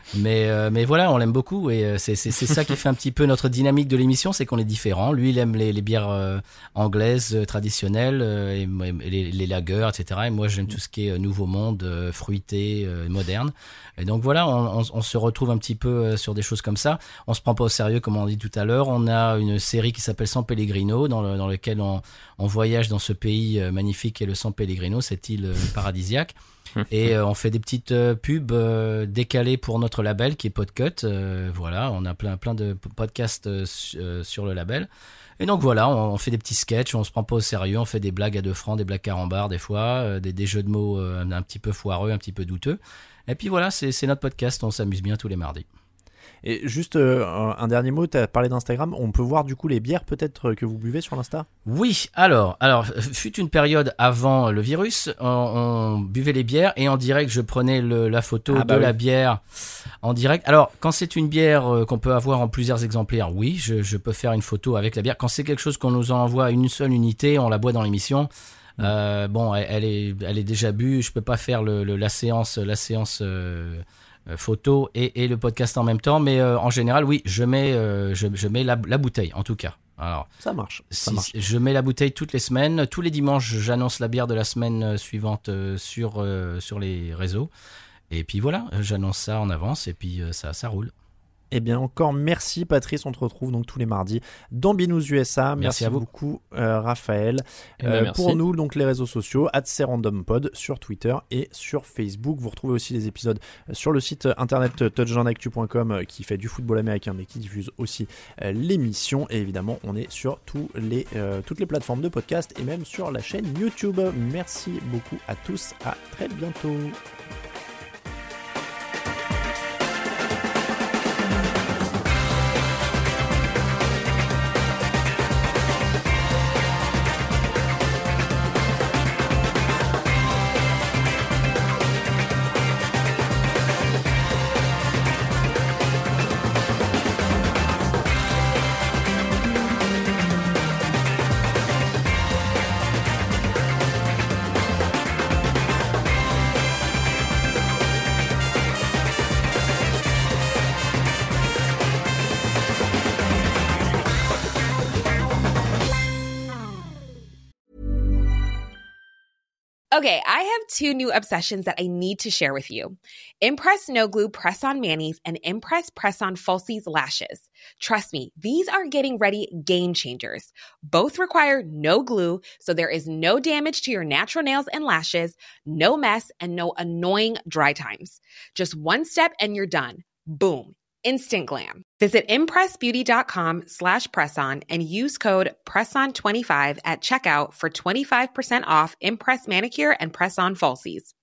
Mais euh, mais voilà, on l'aime beaucoup et euh, c'est c'est c'est ça qui fait un petit peu notre dynamique de l'émission, c'est qu'on est différents. Lui, il aime les les bières euh, anglaises euh, traditionnelles euh, et, et les les lagers, et cetera. Et moi, j'aime tout ce qui est euh, nouveau monde, euh, fruité, euh, moderne. Et donc voilà, on, on, on se retrouve un petit peu euh, sur des choses comme ça. On se prend pas au sérieux, comme on dit tout à l'heure. On a une série qui s'appelle San Pellegrino, dans le dans lequel on on voyage dans ce pays euh, magnifique qu'est le San Pellegrino, cette île euh, paradisiaque. Et euh, on fait des petites euh, pubs euh, décalées pour notre label qui est Podcut. Euh, voilà, on a plein plein de podcasts euh, euh, sur le label. Et donc voilà, on, on fait des petits sketchs, on se prend pas au sérieux, on fait des blagues à deux francs, des blagues carambars des fois, euh, des, des jeux de mots euh, un petit peu foireux, un petit peu douteux. Et puis voilà, c'est, c'est notre podcast, on s'amuse bien tous les mardis. Et juste euh, un dernier mot, tu as parlé d'Instagram, on peut voir du coup les bières peut-être que vous buvez sur l'Insta ? Oui, alors, alors fut une période avant le virus, on, on buvait les bières et en direct je prenais le, la photo ah bah de oui. la bière en direct. Alors quand c'est une bière euh, qu'on peut avoir en plusieurs exemplaires, oui, je, je peux faire une photo avec la bière. Quand c'est quelque chose qu'on nous envoie une seule unité, on la boit dans l'émission. Euh, bon, elle, elle est, elle est déjà bue, je peux pas faire le, le, la séance, la séance. Euh, photo et, et le podcast en même temps, mais euh, en général oui je mets euh, je, je mets la, la bouteille en tout cas. Alors ça marche, ça si, marche. Je mets la bouteille toutes les semaines, tous les dimanches j'annonce la bière de la semaine suivante euh, sur euh, sur les réseaux et puis voilà, j'annonce ça en avance et puis euh, ça ça roule. Eh bien encore merci Patrice, on te retrouve donc tous les mardis dans Binous U S A. Merci, merci à vous. beaucoup euh, Raphaël. Eh bien, euh, pour nous donc les réseaux sociaux arobase c'est random pod sur Twitter et sur Facebook. Vous retrouvez aussi les épisodes sur le site internet touchdown actu point com qui fait du football américain mais qui diffuse aussi euh, l'émission. Et évidemment on est sur tous les, euh, toutes les plateformes de podcast et même sur la chaîne YouTube. Merci beaucoup à tous, à très bientôt. Okay, I have two new obsessions that I need to share with you. Impress No Glue Press-On Manis and Impress Press-On Falsies Lashes. Trust me, these are getting ready game changers. Both require no glue, so there is no damage to your natural nails and lashes, no mess, and no annoying dry times. Just one step and you're done. Boom. Instant glam. Visit impressbeauty.com slash presson and use code presson twenty-five at checkout for twenty-five percent off Impress Manicure and Press-On Falsies.